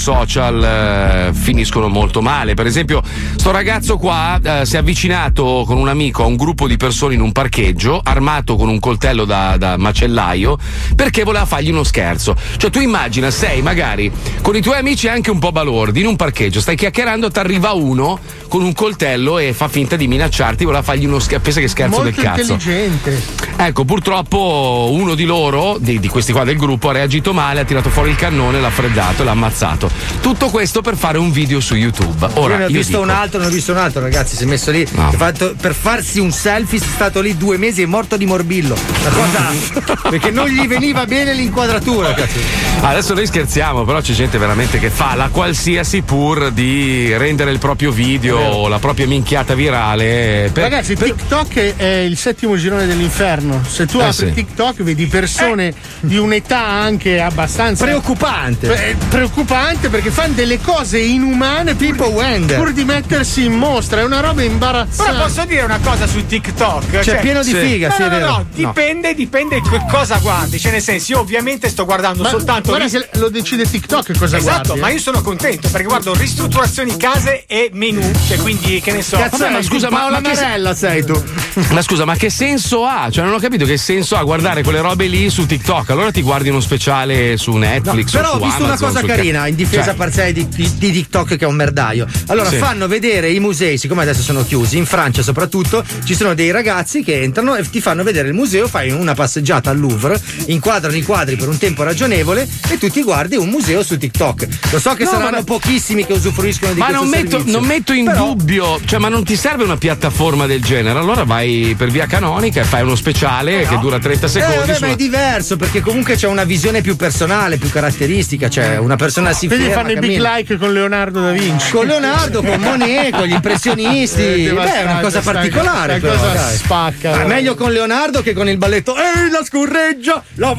social finiscono molto male. Per esempio, sto ragazzo qua si è avvicinato con un amico a un gruppo di persone in un parcheggio, armato con un coltello da macellaio, perché voleva fargli uno scherzo. Cioè, tu immagina, sei magari con i tuoi amici anche un po' balordi in un parcheggio, stai chiacchierando, ti arriva uno con un coltello e fa finta di minacciarti, voleva fargli uno scherzo, pensa che scherzo molto del cazzo. Intelligente. Ecco, purtroppo uno di loro, di questi qua del gruppo, ha reagito male, ha tirato fuori il cannone, l'ha freddato e l'ha ammazzato. Tutto questo per fare un video su YouTube. Ora, io ne ho visto un altro, ragazzi, si è messo lì, No. per farsi un selfie, è stato lì 2 mesi e è morto di morbillo. La cosa perché non gli veniva bene l'inquadratura, cazzo. Adesso noi scherziamo, però c'è gente veramente che fa la qualsiasi pur di rendere il proprio video o la propria minchiata virale. Ragazzi, TikTok è il 7° girone dell'inferno. Se tu apri TikTok vedi persone di un'età anche abbastanza preoccupante perché fanno delle cose inumane tipo Wender pur di mettersi in mostra. È una roba imbarazzante. Però posso dire una cosa su TikTok? Cioè, pieno di figa, No, dipende che cosa guardi. Cioè, nel senso, io ovviamente sto guardando soltanto. Guarda che lo decide TikTok cosa guardi. Esatto, ma io sono contento perché guardo ristrutturazioni case e menu. Cioè, quindi che ne so. Cazzo, ma scusa, Paola Marella sei tu. Ma scusa, ma che senso ha? Cioè, non ho capito che senso ha guardare quelle robe lì su TikTok. Allora ti guardi uno speciale su Netflix. Però o su ho visto Amazon, una cosa carina in difesa parziale di TikTok, che è un merdaio. Allora fanno vedere i musei, siccome adesso sono chiusi, in Francia soprattutto, ci sono dei ragazzi che entrano e ti fanno vedere il museo, fai una passeggiata al Louvre, inquadrano i quadri per un tempo ragionevole e tu ti guardi un museo su TikTok. Lo so che saranno pochissimi che usufruiscono di questo servizio. Ma non metto in dubbio, cioè, ma non ti serve una piattaforma del genere? Allora vai per via canonica e fai uno speciale che dura 30 secondi. Ma è diverso perché comunque c'è una visione più personale, più caratteristica, cioè una persona si ferma. Quindi fanno i big like con Leonardo da Vinci. Con Leonardo, con Monet, con gli impressionisti. È una cosa particolare. Cosa spacca. È meglio con Leonardo che con il balletto. Ehi, la scurreggia!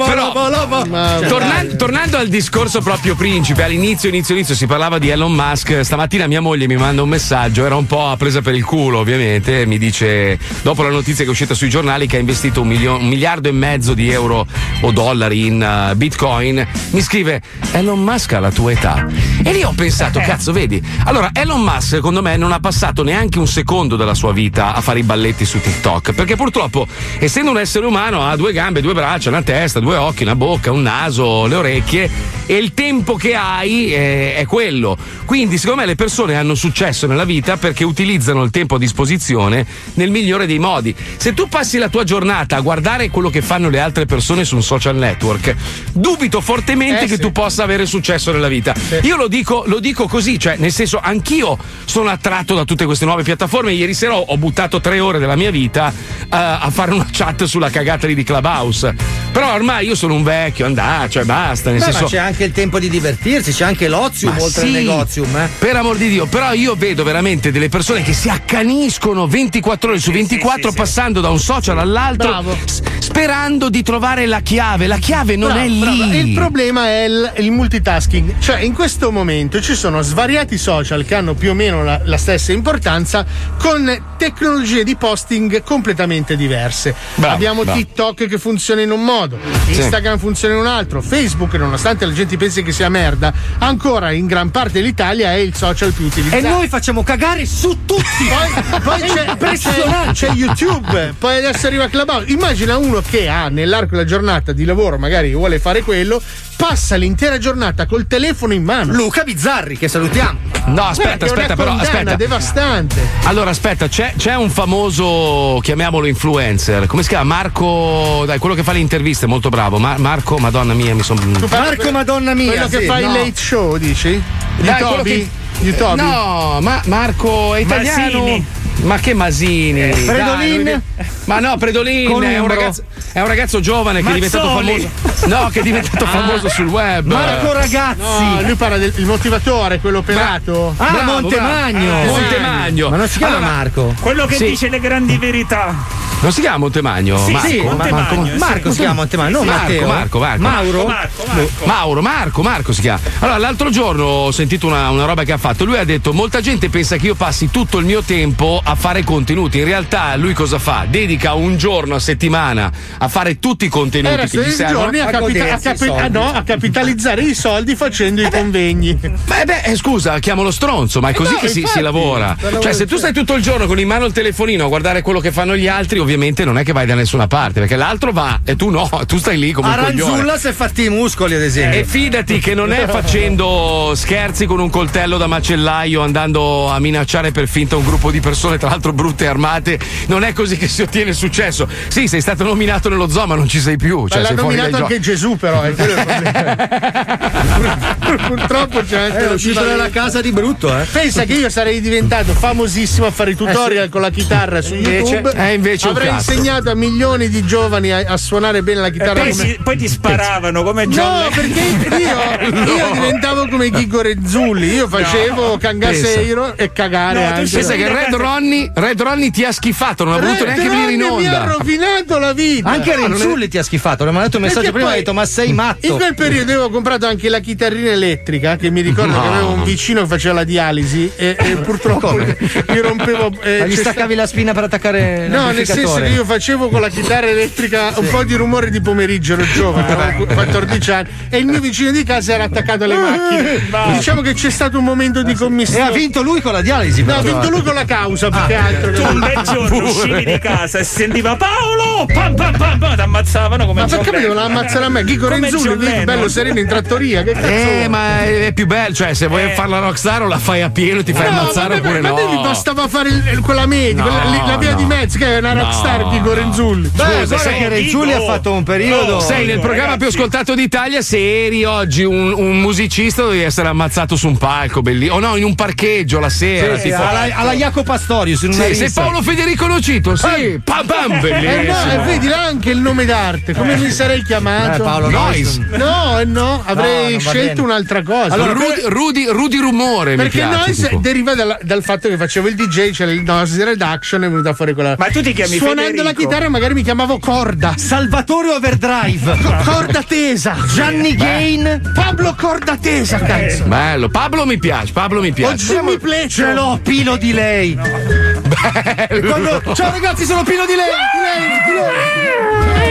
Lava. Tornando al discorso proprio principe, all'inizio si parlava di Elon Musk. Stamattina mia moglie mi manda un messaggio, era un po' presa per il culo, ovviamente. Mi dice, dopo la notizia che è uscita sui giornali, che ha investito 1,5 miliardi di euro o dollari in Bitcoin, mi scrive: Elon Musk ha la tua età. E lì ho pensato, cazzo, vedi? Allora, Elon Musk secondo me non ha passato neanche un secondo della sua vita a fare i balletti su TikTok, perché purtroppo, essendo un essere umano, ha 2 gambe, 2 braccia, una testa, 2 occhi, una bocca, un naso, le orecchie, e il tempo che hai è quello. Quindi secondo me le persone hanno successo nella vita perché utilizzano il tempo a disposizione nel migliore dei modi. Se tu passi la tua giornata a guardare quello che fanno le altre persone su un social network, dubito fortemente che tu possa avere successo nella vita. Io lo dico così, cioè, nel senso, anch'io sono attratto da tutte queste nuove piattaforme. Ieri sera ho buttato 3 ore della mia vita a fare una chat sulla cagata di Clubhouse. Però ormai io sono un vecchio, cioè basta, nel senso. Ma c'è anche il tempo di divertirsi, c'è anche l'ozium oltre al negozium. Per amor di Dio, però io vedo veramente delle persone che si accaniscono 24 ore su 24 passando da un social all'altro, sperando di trovare la chiave. La chiave non è lì. Il problema è il multitasking. Cioè, in questo momento ci sono svariati social che hanno più o meno la stessa importanza, con tecnologie di posting completamente diverse. Abbiamo TikTok che funziona in un modo, Instagram funziona in un altro, Facebook, nonostante la gente pensi che sia merda, ancora in gran parte dell'Italia è il social più utilizzato. E noi facciamo cagare su tutti. Poi c'è YouTube, poi adesso arriva Clubhouse. Immagina uno che ha nell'arco della giornata di lavoro, magari vuole fare quello, passa l'intera giornata col telefono in mano. Luca Bizzarri, che salutiamo. No, aspetta, però aspetta. Devastante. Allora, aspetta, c'è un famoso, chiamiamolo influencer, come si chiama? Marco, dai, quello che fa le interviste, molto bravo. Marco, madonna mia, Marco, madonna mia. Quello che fa il late show, dici? Dai, no, ma Marco è italiano. Masini. Ma che Masini? Predolin? Ma no, Predolin è un ragazzo giovane che è diventato famoso. No, che è diventato famoso sul web. Marco Ragazzi. No, lui parla del motivatore, quello operato. Bravo, Montemagno. Montemagno. Ma non si chiama Marco. Quello che dice le grandi verità. Non si chiama Montemagno? Sì, Marco si chiama Montemagno, non Matteo. Marco si chiama. Allora, l'altro giorno ho sentito una roba che ha fatto. Lui ha detto: molta gente pensa che io passi tutto il mio tempo a fare contenuti. In realtà lui cosa fa? Dedica un giorno a settimana a fare tutti i contenuti che gli servono. A capitalizzare i soldi facendo i convegni. Scusa, chiamo lo stronzo, ma è così che si lavora. Cioè, se tu stai tutto il giorno con in mano il telefonino a guardare quello che fanno gli altri, ovviamente non è che vai da nessuna parte, perché l'altro va e tu no, tu stai lì come un coglione. Aranzulla si è fatti i muscoli, ad esempio. E fidati che non è facendo scherzi con un coltello da macellaio, andando a minacciare per finta un gruppo di persone, tra l'altro brutte e armate. Non è così che si ottiene successo. Sì, sei stato nominato nello zoo, ma non ci sei più. Cioè, l'ha sei nominato anche Gesù, però. È quello il problema. Purtroppo è uscito dalla casa di brutto. Pensa che io sarei diventato famosissimo a fare i tutorial con la chitarra su YouTube. Invece avrei insegnato a milioni di giovani a suonare bene la chitarra. Poi ti sparavano come John. No, perché io diventavo come Ghiggo Rezzulli. Io facevo Cangaseiro e cagare anche. Pensa che Red Ronnie ti ha schifato, non ha voluto neanche venire in onda. Mi ha rovinato la vita. Anche Rezzulli ti ha schifato. Mi ha mandato un messaggio prima, ha detto: ma sei matto. In quel periodo avevo comprato anche la chitarrina elettrica, che mi ricordo che avevo un vicino che faceva la dialisi e purtroppo mi rompevo. Ma gli staccavi la spina per attaccare? No, nel senso che io facevo con la chitarra elettrica un po' di rumore di pomeriggio, ero giovane, avevo 14 anni, e il mio vicino di casa era attaccato alle macchine. Diciamo che c'è stato un momento di commissione. E ha vinto lui con la dialisi. No, ha vinto lui con la causa, più che altro. Tu un bel giorno uscivi di casa e si sentiva Paolo! Pam pam pam pam, ti ammazzavano come. Ma perché mi devono ammazzare a me? Ghiggo Rezzulli, bello sereno in trattoria. Che cazzo? Ma è più bello, cioè se vuoi fare la rockstar o la fai a pieno, ti fai ammazzare oppure no. Ma devi bastava fare quella media, la via di mezzo, che è una rockstar Ghiggo Rezzulli. Scusa, sai che Rezzulli ha fatto un periodo. Sei nel programma più ascoltato d'Italia. Se eri oggi un musicista, dovevi essere ammazzato su un palco, bellissimo. O no, in un parcheggio la sera. Sì, alla Jacopo Pastorius. In una sei Paolo Federico Nocito, sì. Pam pam, bellissimo. Vedi là anche il nome d'arte, come mi sarei chiamato? Paolo Noise. No, avrei scelto un'altra cosa. Allora, Rudy Rumore. Perché Noise deriva dal fatto che facevo il DJ, c'era il Noise Reduction, è venuta fuori quella. Ma tu ti chiami Suonando Federico? La chitarra magari mi chiamavo Corda. Salvatore Overdrive. Corda Tesa. Gianni Gain. Pablo Corda Tesa, cazzo. Bello, Pablo mi piace. Jimmy Plecio. Ce l'ho, Pino di lei. Ciao ragazzi, sono Pino di lei.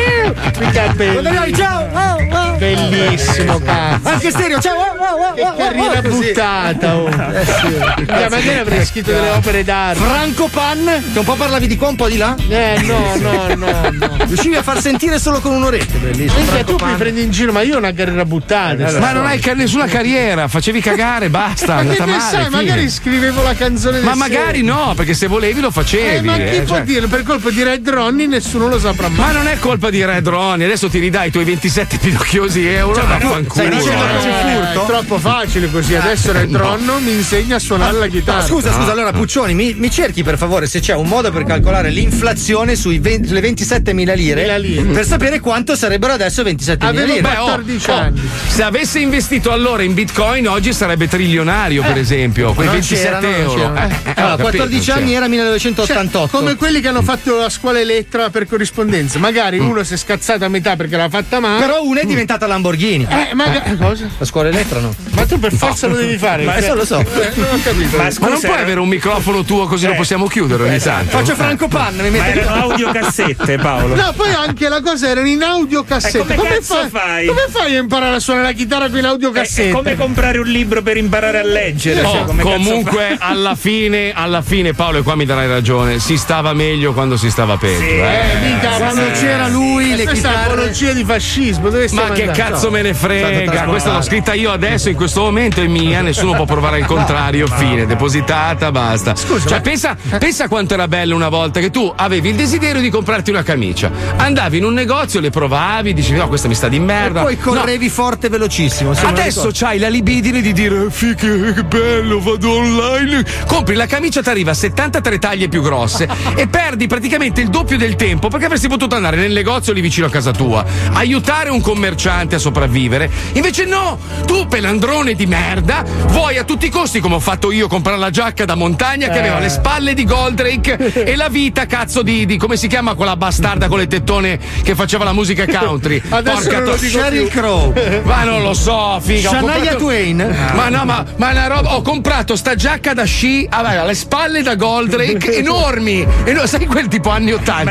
Ciao. Bellissimo, cazzo. Anche Stereo, ciao. Che carriera buttata. La maniera avrei scritto delle opere d'arte. Franco Pan, che un po' parlavi di qua, un po' di là. No. Riuscivi a far sentire solo con un orecchio, bellissimo. Tu mi prendi in giro, ma io ho una carriera buttata. Ma non hai nessuna carriera, facevi cagare, basta. Ma che ne sai, magari scrivevo la canzone del Ma magari no, perché se volevi lo facevi. Ma chi può dire? Per colpa di Red Ronnie nessuno lo saprà mai. Ma non è colpa di Red Ronnie, adesso ti ridai i tuoi 27 pinocchiosi euro. Stai dicendo che c'è furto? È troppo facile così. Adesso Red Ronno mi insegna a suonare la chitarra. Scusa, allora Puccioni, mi cerchi per favore se c'è un modo per calcolare l'inflazione sulle 27.000 lire per sapere quanto sarebbero adesso 27.000 lire. Avevo 14 anni. Se avesse investito allora in Bitcoin oggi sarebbe trilionario, per esempio, quei 27 euro. Allora, 14 anni era 1988. Cioè, come quelli che hanno fatto la scuola Elettra per corrispondenza. Magari uno si è scazzato a metà perché l'ha fatta male. Però una è diventata Lamborghini. Cosa? La scuola Elettra no. Ma tu per forza lo devi fare. Ma adesso lo so. Non ho capito. capito? Ma non puoi avere un microfono tuo così lo possiamo chiudere ogni tanto? Faccio Franco Panna, mi metto. Ma erano audiocassette, Paolo. No, poi anche la cosa erano in audiocassette. Come fai? Come fai a imparare a suonare la chitarra con in audiocassette? È come comprare un libro per imparare a leggere. Comunque, alla fine, Paolo, e qua mi darai ragione, si stava meglio quando si stava peggio. Mica, quando c'era lui, le chitarre. Apologia di fascismo. Ma che cazzo me ne frega? Questa l'ho scritta io adesso, in questo momento è mia, nessuno può provare il contrario. Fine, depositata, basta. Scusa, cioè, pensa quanto era bello una volta che tu avevi il desiderio di comprarti una camicia. Andavi in un negozio, le provavi, dicevi no, questa mi sta di merda. E poi correvi forte velocissimo. Adesso c'hai la libidine di dire che bello, vado online. Compri la camicia, ti arriva a 73 taglie più grosse e perdi praticamente il doppio del tempo, perché avresti potuto andare nel negozio lì vicino a casa tua, aiutare un commerciante a sopravvivere. Invece no, tu pelandrone di merda vuoi a tutti i costi, come ho fatto io, comprare la giacca da montagna che aveva le spalle di Goldrake e la vita cazzo di come si chiama quella bastarda con le tettone che faceva la musica country. Adesso non lo dico Sheryl Crow. Ma non lo so, figa. Shania Twain. Ma no, ma una roba. Ho comprato sta giacca da sci, aveva le spalle da Goldrake enormi. Sai quel tipo anni 80?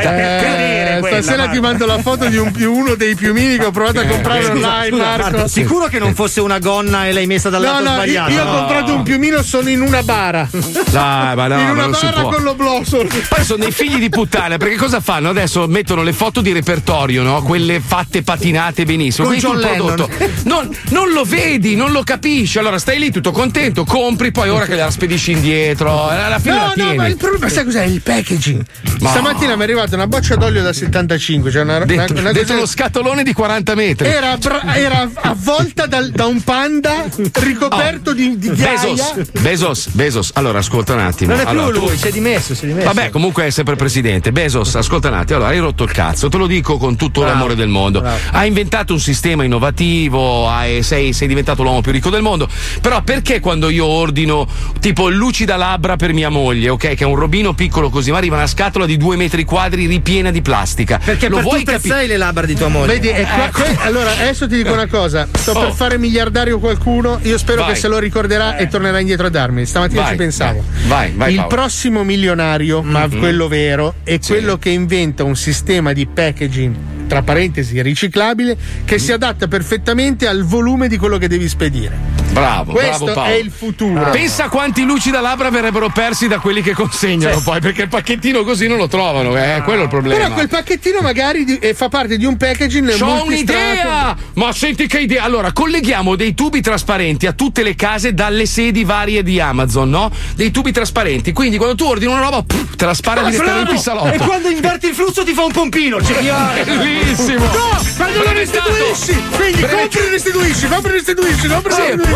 Stasera ti mando la foto di uno dei piumini che ho provato a comprare online, Marco. Sicuro che non fosse una gonna e l'hai messa dal lato sbagliato? Io ho comprato un piumino, sono in una bara. Dai, ma no, in una non si bara può. con l'oblosol. Poi sono dei figli di puttana, perché cosa fanno? Adesso mettono le foto di repertorio, no? Quelle fatte patinate benissimo. Con Quindi John tu il prodotto non lo vedi, non lo capisci. Allora stai lì tutto contento, compri, poi ora che la spedisci indietro, alla fine la tieni. No, ma il problema, sai cos'è? Il packaging. Stamattina mi è arrivata una boccia d'olio da 75, cioè una dentro lo scatolone di 40 metri. Era avvolta da un panda ricoperto di ghiaia. Bezos, allora ascolta un attimo. Non è più lui, si è dimesso. Vabbè, comunque è sempre presidente. Bezos, ascolta un attimo. Allora, hai rotto il cazzo, te lo dico con tutto l'amore del mondo. Hai inventato un sistema innovativo, sei diventato l'uomo più ricco del mondo. Però perché quando io ordino tipo lucida labbra per mia moglie, ok, che è un robino piccolo così, ma arriva una scatola di 2 metri quadri ripiena di plastica? Perché lo per vuoi tutte sei le labbra di tua moglie. Vedi, allora adesso ti dico una cosa. Sto per fare miliardario qualcuno. Io spero che se lo ricorderà e tornerà indietro a darmi. Stamattina ci pensavo. Vai, il Paolo. prossimo milionario, ma quello vero, è quello che inventa un sistema di packaging, tra parentesi riciclabile, che si adatta perfettamente al volume di quello che devi spedire. Bravo, questo Paolo. è il futuro. Pensa quanti lucida labbra verrebbero persi da quelli che consegnano poi, perché il pacchettino così non lo trovano, quello è il problema. Però quel pacchettino magari fa parte di un packaging C'ho un'idea! Ma senti che idea! Allora, colleghiamo dei tubi trasparenti a tutte le case dalle sedi varie di Amazon, no? Dei tubi trasparenti, quindi quando tu ordini una roba te la spara direttamente in salotto. E quando inverti il flusso ti fa un pompino. Bellissimo! No! Quando lo restituisci! Quindi compri e restituisci, compri e restituisci, compri e restituisci.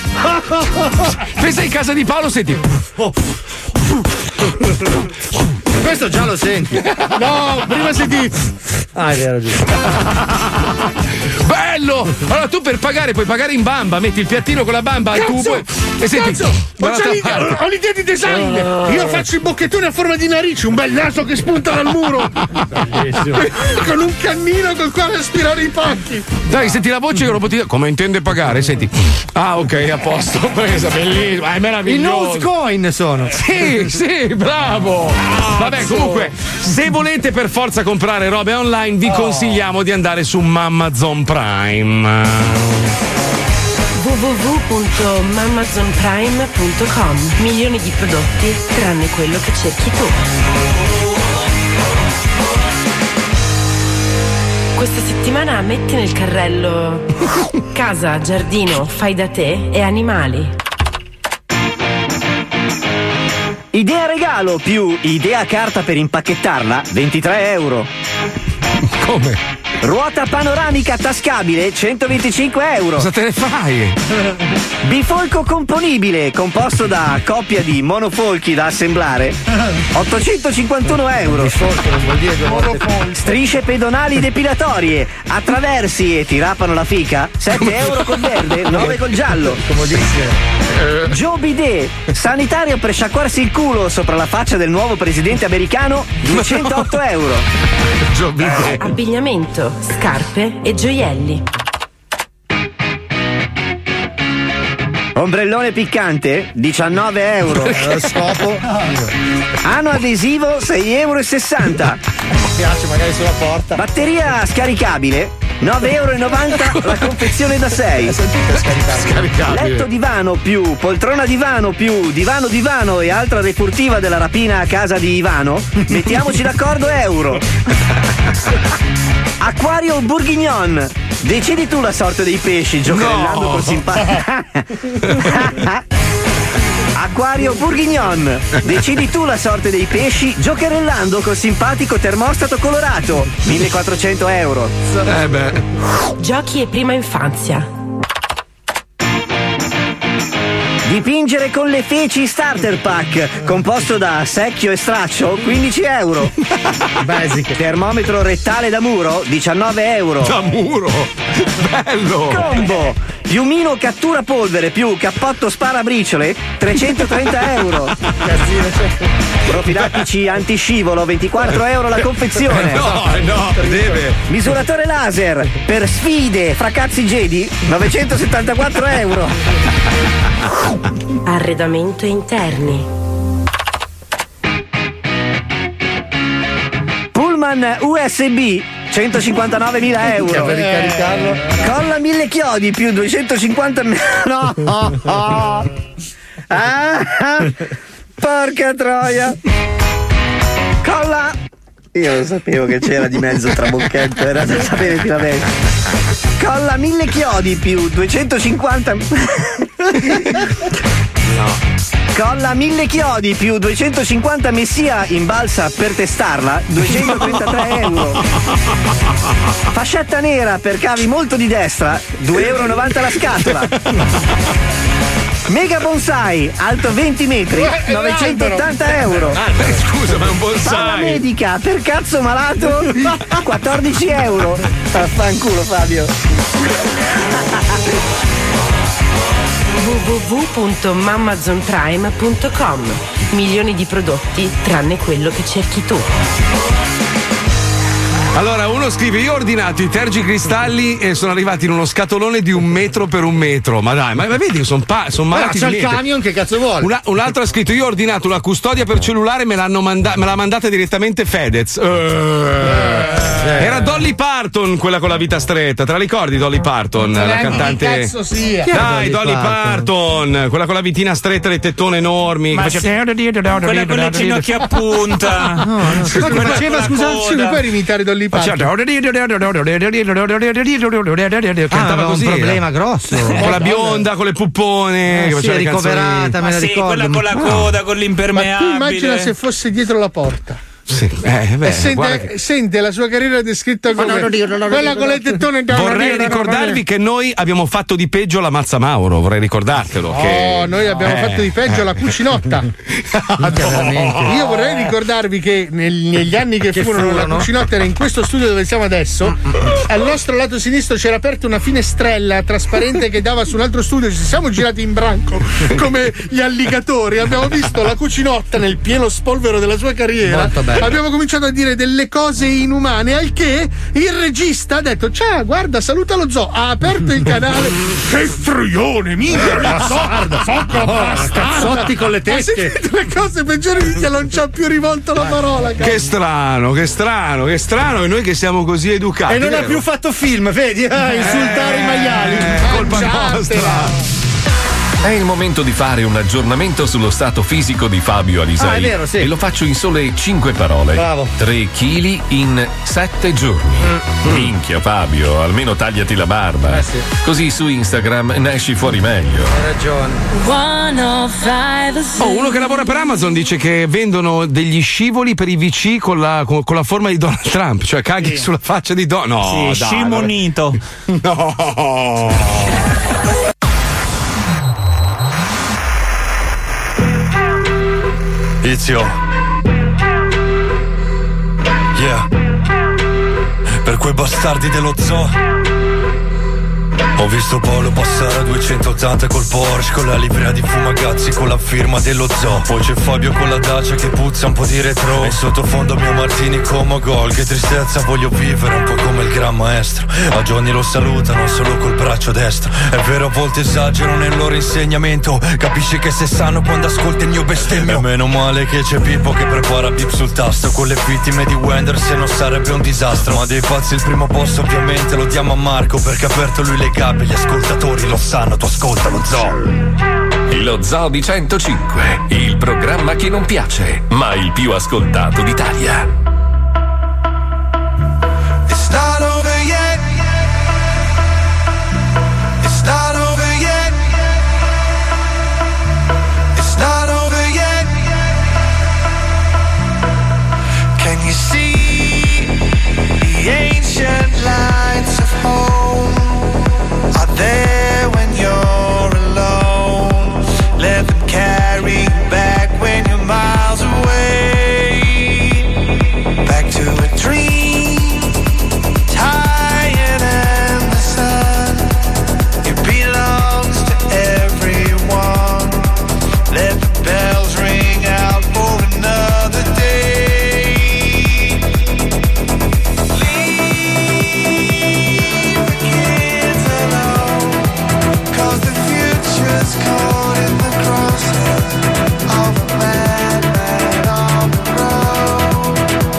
Pensa in casa di Paolo, senti. Questo già lo senti. No, prima senti. Ah, è vero, giusto. Bello! Allora tu per pagare puoi pagare in bamba, metti il piattino con la bamba al tubo e senti. Ho l'idea di design. Io faccio i bocchettoni a forma di narice, un bel naso che spunta dal muro. Bellissimo. Con un cannino col quale aspirare i pacchi. Dai, senti la voce che lo potevi. Come intende pagare? Senti. Ah, ok, a posto. Presa, bellissimo. È meraviglioso. I nose coin sono. Sì, bravo. Vabbè, comunque, se volete per forza comprare robe online, vi consigliamo di andare su Amazon Prime. www.amazonprime.com. Milioni di prodotti tranne quello che cerchi tu. Questa settimana metti nel carrello casa, giardino, fai da te e animali. Idea regalo più idea carta per impacchettarla, 23 euro. Come? Ruota panoramica tascabile, 125 euro. Cosa te ne fai? Bifolco componibile, composto da coppia di monofolchi da assemblare, 851 euro. Bifolco non vuol dire due volte. Strisce pedonali depilatorie, attraversi e ti rapano la fica, 7 euro col verde, 9 col giallo. Comodissimo. Joe Bidet, sanitario per sciacquarsi il culo sopra la faccia del nuovo presidente americano, 208 euro. Joe Bidet. Abbigliamento, scarpe e gioielli. Ombrellone piccante 19 euro. Lo scopo. Ano adesivo 6,60 euro. Mi piace magari sulla porta. Batteria scaricabile 9,90 euro la confezione da 6. Scaricabile. Letto divano più poltrona divano più divano e altra refurtiva della rapina a casa di Ivano. Mettiamoci d'accordo euro. Acquario Bourguignon. Decidi tu la sorte dei pesci giocherellando col simpatico. Acquario Bourguignon. Decidi tu la sorte dei pesci giocherellando col simpatico termostato colorato. 1.400 euro. Giochi e prima infanzia. Dipingere con le feci starter pack, composto da secchio e straccio, 15 euro. Basic. Termometro rettale da muro, 19 euro. Da muro? Bello! Combo! Piumino cattura polvere più cappotto sparabriciole, 330 euro. Profilattici antiscivolo, 24 euro la confezione. No, deve. Misuratore laser per sfide fra cazzi Jedi, 974 euro. Arredamento interni. Pullman USB 159.000 euro. Per ricaricarlo. Colla 1000 chiodi più 250. No. Porca troia. Colla. Io lo sapevo che c'era di mezzo trabocchetto, era da sapere finalmente. Colla 1000 chiodi più 250. No. Colla 1000 chiodi più 250 messia in balsa per testarla, 233 euro. Fascetta nera per cavi molto di destra, 2,90 euro la scatola. Mega bonsai, alto 20 metri, 980 euro. Scusa, ma è un bonsai. Palla medica per cazzo malato, 14 euro. Affanculo Fabio. www.mamazonprime.com. Milioni di prodotti tranne quello che cerchi tu. Allora, uno scrive: io ho ordinato i tergicristalli e sono arrivati in uno scatolone di 1 metro per 1 metro. Ma dai, ma vedi che sono malati. C'è il camion, che cazzo vuole? Un altro ha scritto: io ho ordinato una custodia per cellulare, me l'ha mandata direttamente Fedez. Era Dolly Parton, quella con la vita stretta. Te la ricordi Dolly Parton? La cantante. Che cazzo sia? Dai, Dolly Parton, quella con la vitina stretta, le tettone enormi. Ma quella con le ginocchia a punta. Faceva, scusate, mi puoi imitare Dolly Parton? Cantava così. Un problema grosso. Con la bionda, con le puppone. Sì, ricoverata, me la ricordo. Quella con la coda, con l'impermeabile. Ma tu immagina se fosse dietro la porta. Sì, sente la sua carriera descritta come quella con le tettone. Vorrei ricordarvi che noi abbiamo fatto di peggio la Mazza Mauro, vorrei ricordartelo. Noi abbiamo fatto di peggio la cucinotta. Io vorrei ricordarvi che negli anni che furono la cucinotta era in questo studio dove siamo adesso. Al nostro lato sinistro c'era aperta una finestrella trasparente che dava su un altro studio. Ci siamo girati in branco come gli alligatori. Abbiamo visto la cucinotta nel pieno spolvero della sua carriera. Molto bello. Abbiamo cominciato a dire delle cose inumane, al che il regista ha detto: ciao, guarda, saluta lo zoo. Ha aperto il canale. Che fruione, minchia, bastarda, cazzotti con le teste. Ha sentito le cose peggiori, minchia, non ci ha più rivolto la parola. Che strano, che noi che siamo così educati. E non ha più fatto film, vedi? Insultare i maiali. Colpa nostra. È il momento di fare un aggiornamento sullo stato fisico di Fabio Alisei. È vero, sì. E lo faccio in sole 5 parole. Bravo. 3 chili in 7 giorni. Minchia Fabio, almeno tagliati la barba. Sì. Così su Instagram ne esci fuori meglio. Hai ragione. Uno che lavora per Amazon dice che vendono degli scivoli per i VC con la forma di Donald Trump. Cioè caghi sulla faccia di Donald. No, sì, dai, scimonito. No. Tizio. Yeah. Per quei bastardi dello zoo. Ho visto Paolo passare a 280 col Porsche, con la livrea di Fumagazzi, con la firma dello zoo. Poi c'è Fabio con la Dacia che puzza un po' di retro, e sottofondo mio Martini come gol. Che tristezza, voglio vivere un po' come il gran maestro. A Johnny lo salutano solo col braccio destro. È vero, a volte esagero nel loro insegnamento. Capisci che se sanno quando ascolti il mio bestemmio. E meno male che c'è Pippo che prepara bip sul tasto. Con le vittime di Wender se non sarebbe un disastro. Ma dei pazzi il primo posto ovviamente lo diamo a Marco, perché ha aperto lui le gabbie, gli ascoltatori lo sanno, tu ascolta lo zoo. Lo Zoo di 105, il programma che non piace, ma il più ascoltato d'Italia. It's not over yet. It's not over yet. It's not over yet. Can you see the ancient lights of home are there when you're alone? Let them carry you back when you're miles away. Back to a dream, higher than the sun. It belongs to everyone. Let the bells ring out for another day. Leave the kids alone, 'cause the future's caught in the crosshairs of a madman on the road.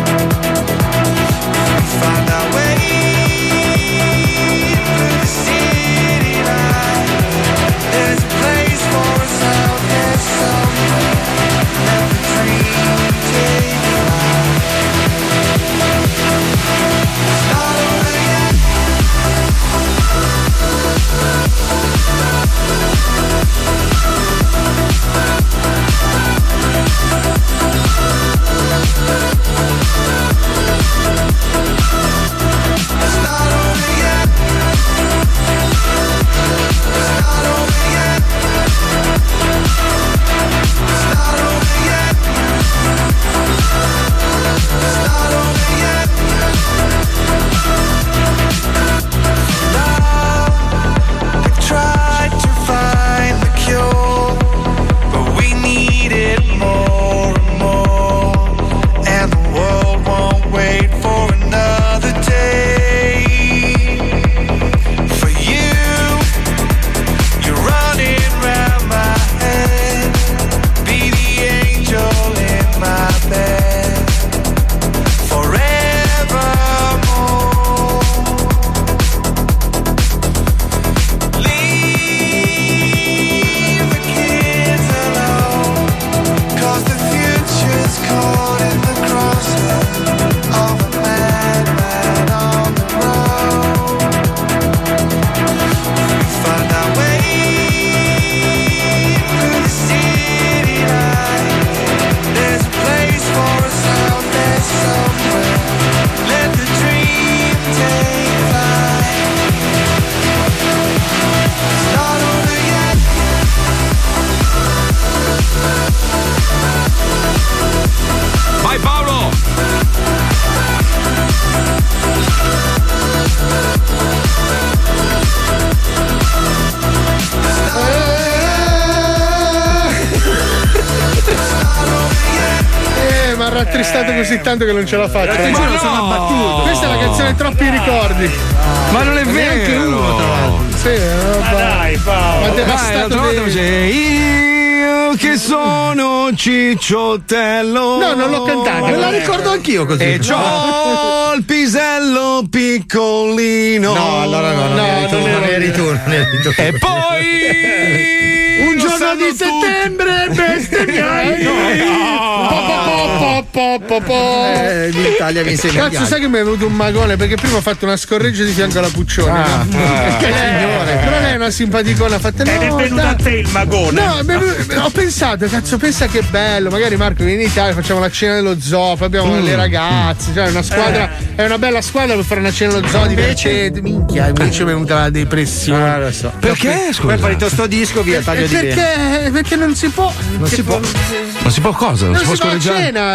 We find our way through the city light. There's a place for us out there somewhere. Let the dream take flight. It's not over yet. Tried to find the cure, but we need it more and more, and the world won't wait for another day. For you, you're running round my head, be the angel in my bed, forevermore. Leave the kids alone, 'cause the future's caught in the crosshairs of a madman on the road. We find our way through the city light. There's a place for us out there somewhere. Let the dream take flight. It's not over yet. Vai Paolo! Mi ha rattristato così tanto che non ce la faccio. Ti giuro, sono abbattuto. Questa è la canzone Troppi ricordi. Ma non è Neanche vero! uno, tra l'altro. Sì, dai, Paolo. Ma devastato io che sono Cicciottello. No, non l'ho cantata. Me la ricordo anch'io così. E c'ho il pisello piccolino. No, allora no, non eri tu. E poi un giorno di settembre bestemmiai. L'Italia mi insegna. Cazzo, sai che mi è venuto un magone perché prima ho fatto una scorreggia di fianco alla Puccione. Però lei è una simpaticona. Ha fatto, ed è venuto a te il magone. No, ho pensato, cazzo, pensa che bello. Magari Marco viene in Italia, facciamo la cena dello zoo, poi abbiamo le ragazze. Cioè, una squadra, è una bella squadra per fare una cena dello zoo divertente. Minchia, invece è venuta la depressione. Lo so. Perché? Poi è partito sto disco, via, taglio di bene. Perché non si può. Non si può cosa? Non si può a scorreggiare? cena.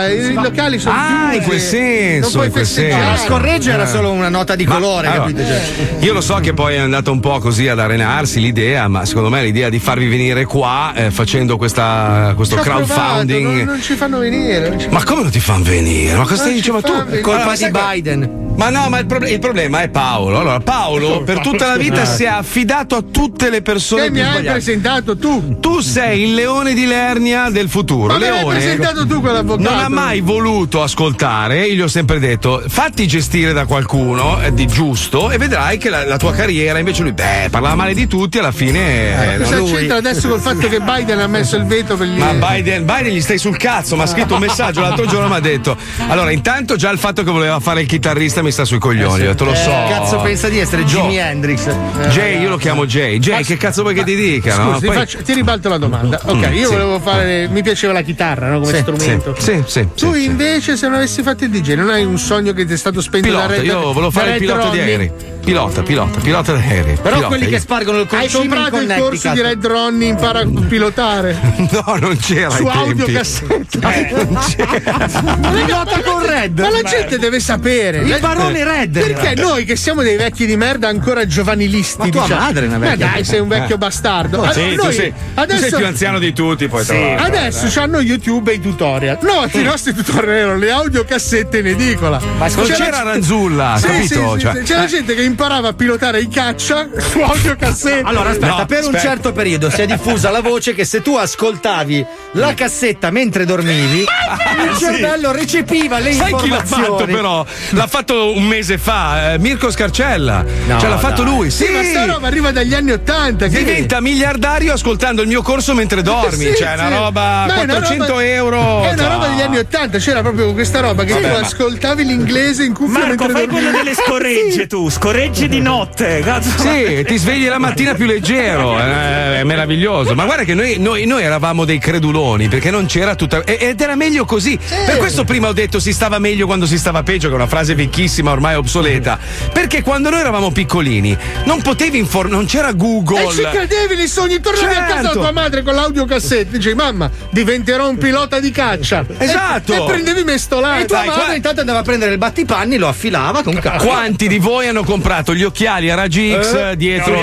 locali sono chiusi. In quel senso. Non puoi festeggiare. La scorreggia era solo una nota di colore, capito? Io lo so che poi è andato un po' così ad arenarsi l'idea, ma secondo me l'idea di farvi venire qua facendo questo crowdfunding. Non ci fanno venire. Ma come non ti fanno venire? Ma cosa stai dicendo tu? Colpa di Biden. Ma no, ma il problema è Paolo. Allora, Paolo per tutta la vita si è affidato a tutte le persone che mi hai presentato tu. Tu sei il leone di Lernia del futuro. Ma Leone mi hai presentato tu quell'avvocato. non ha mai voluto ascoltare. Io gli ho sempre detto: fatti gestire da qualcuno di giusto e vedrai che la tua carriera. Invece lui parlava male di tutti. Alla fine cosa c'entra adesso col fatto che Biden ha messo il veto per gli. Ma Biden gli stai sul cazzo. Mi ha scritto un messaggio l'altro giorno. Mi ha detto: allora, intanto già il fatto che voleva fare il chitarrista mi sta sui coglioni. Io te lo so. Cazzo pensa di essere Jimi Hendrix? Jay, io lo chiamo Jay. Jay, che cazzo vuoi che ti dica? Scusi, no? Poi... ti ribalto la domanda. Ok, io volevo fare. Mi piaceva la chitarra, no? Come strumento. Sì. Tu invece, se non avessi fatto il DJ, non hai un sogno che ti è stato spento da Red? Io volevo fare il pilota di aerei. Pilota d'aerei. Però quelli che spargono il concime. Hai comprato il corso di Red Ronnie impara a pilotare? No, non c'era. Su audiocassetta. Non c'era. Pilota con Red. Ma la gente deve sapere. Il barone Red. Perché noi che siamo dei vecchi di merda ancora giovanilisti? Ma tua madre è una vecchia. Ma dai, sei un vecchio bastardo. No, sì, tu sei più anziano di tutti, poi adesso hanno YouTube e i tutorial. No, i nostri tutorial erano le audiocassette in edicola. Ma c'era Ranzulla, capito? C'era gente che imparava a pilotare i caccia su audiocassette. Allora aspetta, un certo periodo si è diffusa la voce che se tu ascoltavi la cassetta mentre dormivi, il cervello recepiva le informazioni. Sai chi l'ha fatto però? L'ha fatto un mese fa, Mirko Scarcella. L'ha fatto lui. Sì, ma sta roba arriva dagli anni '80. Diventa miliardario ascoltando il mio corso mentre dormi. Cioè, una roba 400 euro. È una roba degli anni '80. C'era proprio questa roba che tu ascoltavi l'inglese in cuffia mentre dormivi. Fai quello delle scorregge tu, scorregge di notte. Cazzo. Sì, ti svegli la mattina più leggero. È meraviglioso. Ma guarda che noi eravamo dei creduloni perché non c'era tutta. Ed era meglio così. Per questo prima ho detto si stava meglio quando si stava peggio, che è una frase vecchissima, ormai obsoleta. Perché quando noi eravamo piccolini non potevi non c'era Google. E ci credevi nei sogni, tornavi a casa da tua madre con l'audiocassetta, dici mamma diventerò un pilota di caccia. Esatto. E prendevi mestolate. E tua madre intanto andava a prendere il battipanni, lo affilava con cazzo. Quanti di voi hanno comprato gli occhiali a raggi X dietro?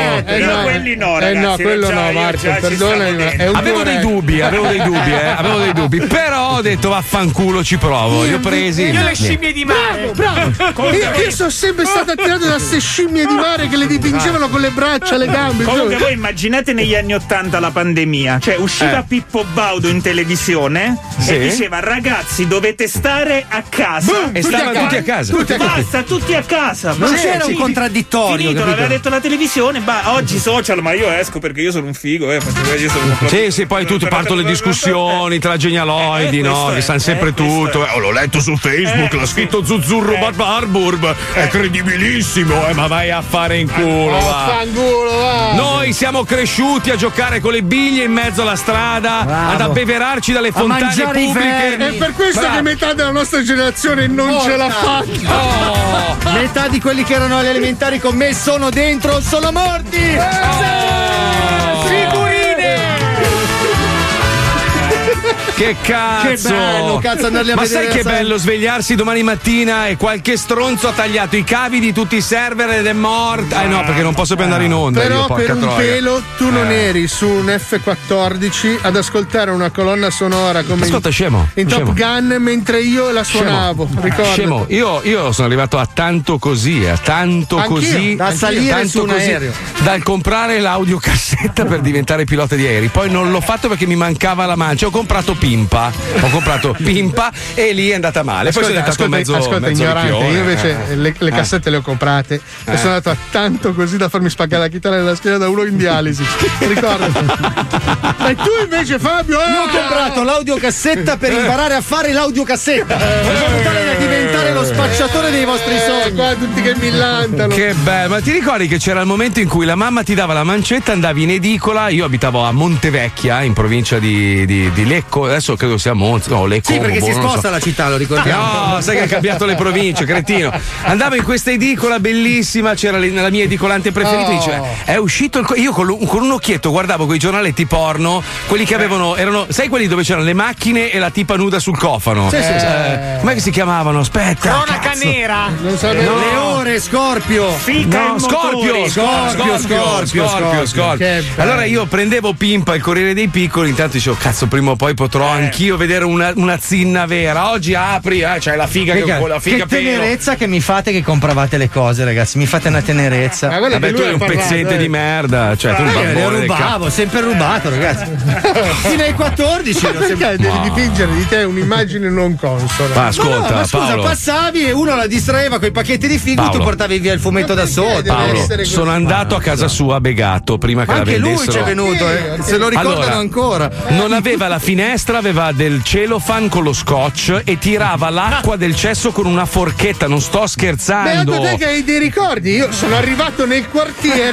Quelli no, ragazzi. No, quello no, Marco, perdonami. Avevo dei dubbi, però ho detto vaffanculo, ci provo. Li ho presi. Io le scimmie di mare. Bravo. Io sono sempre stato attirato da queste scimmie di mare che le dipingevano con le braccia, le gambe. Comunque voi immaginate negli anni '80 la pandemia, cioè usciva Pippo Baudo in televisione e diceva ragazzi dovete stare a casa. E stavano tutti a casa. Basta, tutti a casa. Non c'era un contraddittorio. Finito, l'aveva detto la televisione, oggi social, ma io esco perché io sono un figo, io sono sì, poi partono le discussioni tra genialoidi, no? Che sanno sempre tutto. L'ho letto su Facebook, l'ha scritto Zuzzurro Barburb, è credibilissimo, ma vai a fare in culo. Va. Noi siamo cresciuti a giocare con le biglie in mezzo alla strada, ad abbeverarci dalle fontane pubbliche. È per questo che metà della nostra generazione non ce l'ha fatta. Metà di quelli che erano alle elementari con me sono dentro, sono morti. Che cazzo! Che bello, cazzo, andarli a ma vedere. sai che bello svegliarsi domani mattina e qualche stronzo ha tagliato i cavi di tutti i server ed è morto. No, perché non posso più andare in onda. Però io, per un troia. pelo tu non eri su un F14 ad ascoltare una colonna sonora come in Top Gun mentre io la suonavo. Ricordo. Scemo, io sono arrivato a tanto così, così. Da salire su un aereo. Dal comprare l'audiocassetta per diventare pilota di aerei. Poi non l'ho fatto perché mi mancava la mancia. Ho comprato Pimpa e lì è andata male. Poi sono diventato mezzo ignorante. ripione. Io invece le cassette le ho comprate e sono andato a tanto così da farmi spaccare la chitarra nella schiena da uno in dialisi. Ricordo. E tu invece, Fabio? Io ho comprato l'audiocassetta per imparare a fare l'audiocassetta. Per valutare da diventare lo spacciatore dei vostri sogni. Qua tutti che millantano. Che bello, ma ti ricordi che c'era il momento in cui la mamma ti dava la mancetta, andavi in edicola, io abitavo a Montevecchia, in provincia di Lecco, adesso credo sia Monza, no, Lecco. Sì, perché si sposta la città, lo ricordiamo. No, sai che ha cambiato le province, cretino. Andavo in questa edicola bellissima, c'era la mia edicolante preferita, dice, è uscito io con un occhietto guardavo quei giornaletti porno, quelli che erano, sai quelli dove c'erano le macchine e la tipa nuda sul cofano? Sì. Com'è che si chiamavano? Aspetta. Cronaca nera. Non sapevo. Le ore, Scorpio. Scorpio. Allora io prendevo Pimpa, il Corriere dei Piccoli, intanto dicevo, cazzo, prima o poi potrò anch'io vedere una zinna vera. Oggi apri, c'hai la figa che tenerezza che mi fate che compravate le cose, ragazzi. Mi fate una tenerezza. Vabbè, tu eri un pezzente di merda. Cioè, tu le rubavo, sempre rubato, ragazzi. Fino ai 14. Perché devi dipingere di te un'immagine non consona? Ma ascolta, ma scusa, Paolo, passavi e uno la distraeva con i pacchetti di figo e tu portavi via il fumetto da solo. Paolo, sono andato a casa sua begato prima che anche la vendessero. Lui c'è venuto, se lo ricordano ancora. Non aveva la finestra, aveva del cellophane con lo scotch e tirava l'acqua del cesso con una forchetta, non sto scherzando. Beato te che hai dei ricordi, io sono arrivato nel quartiere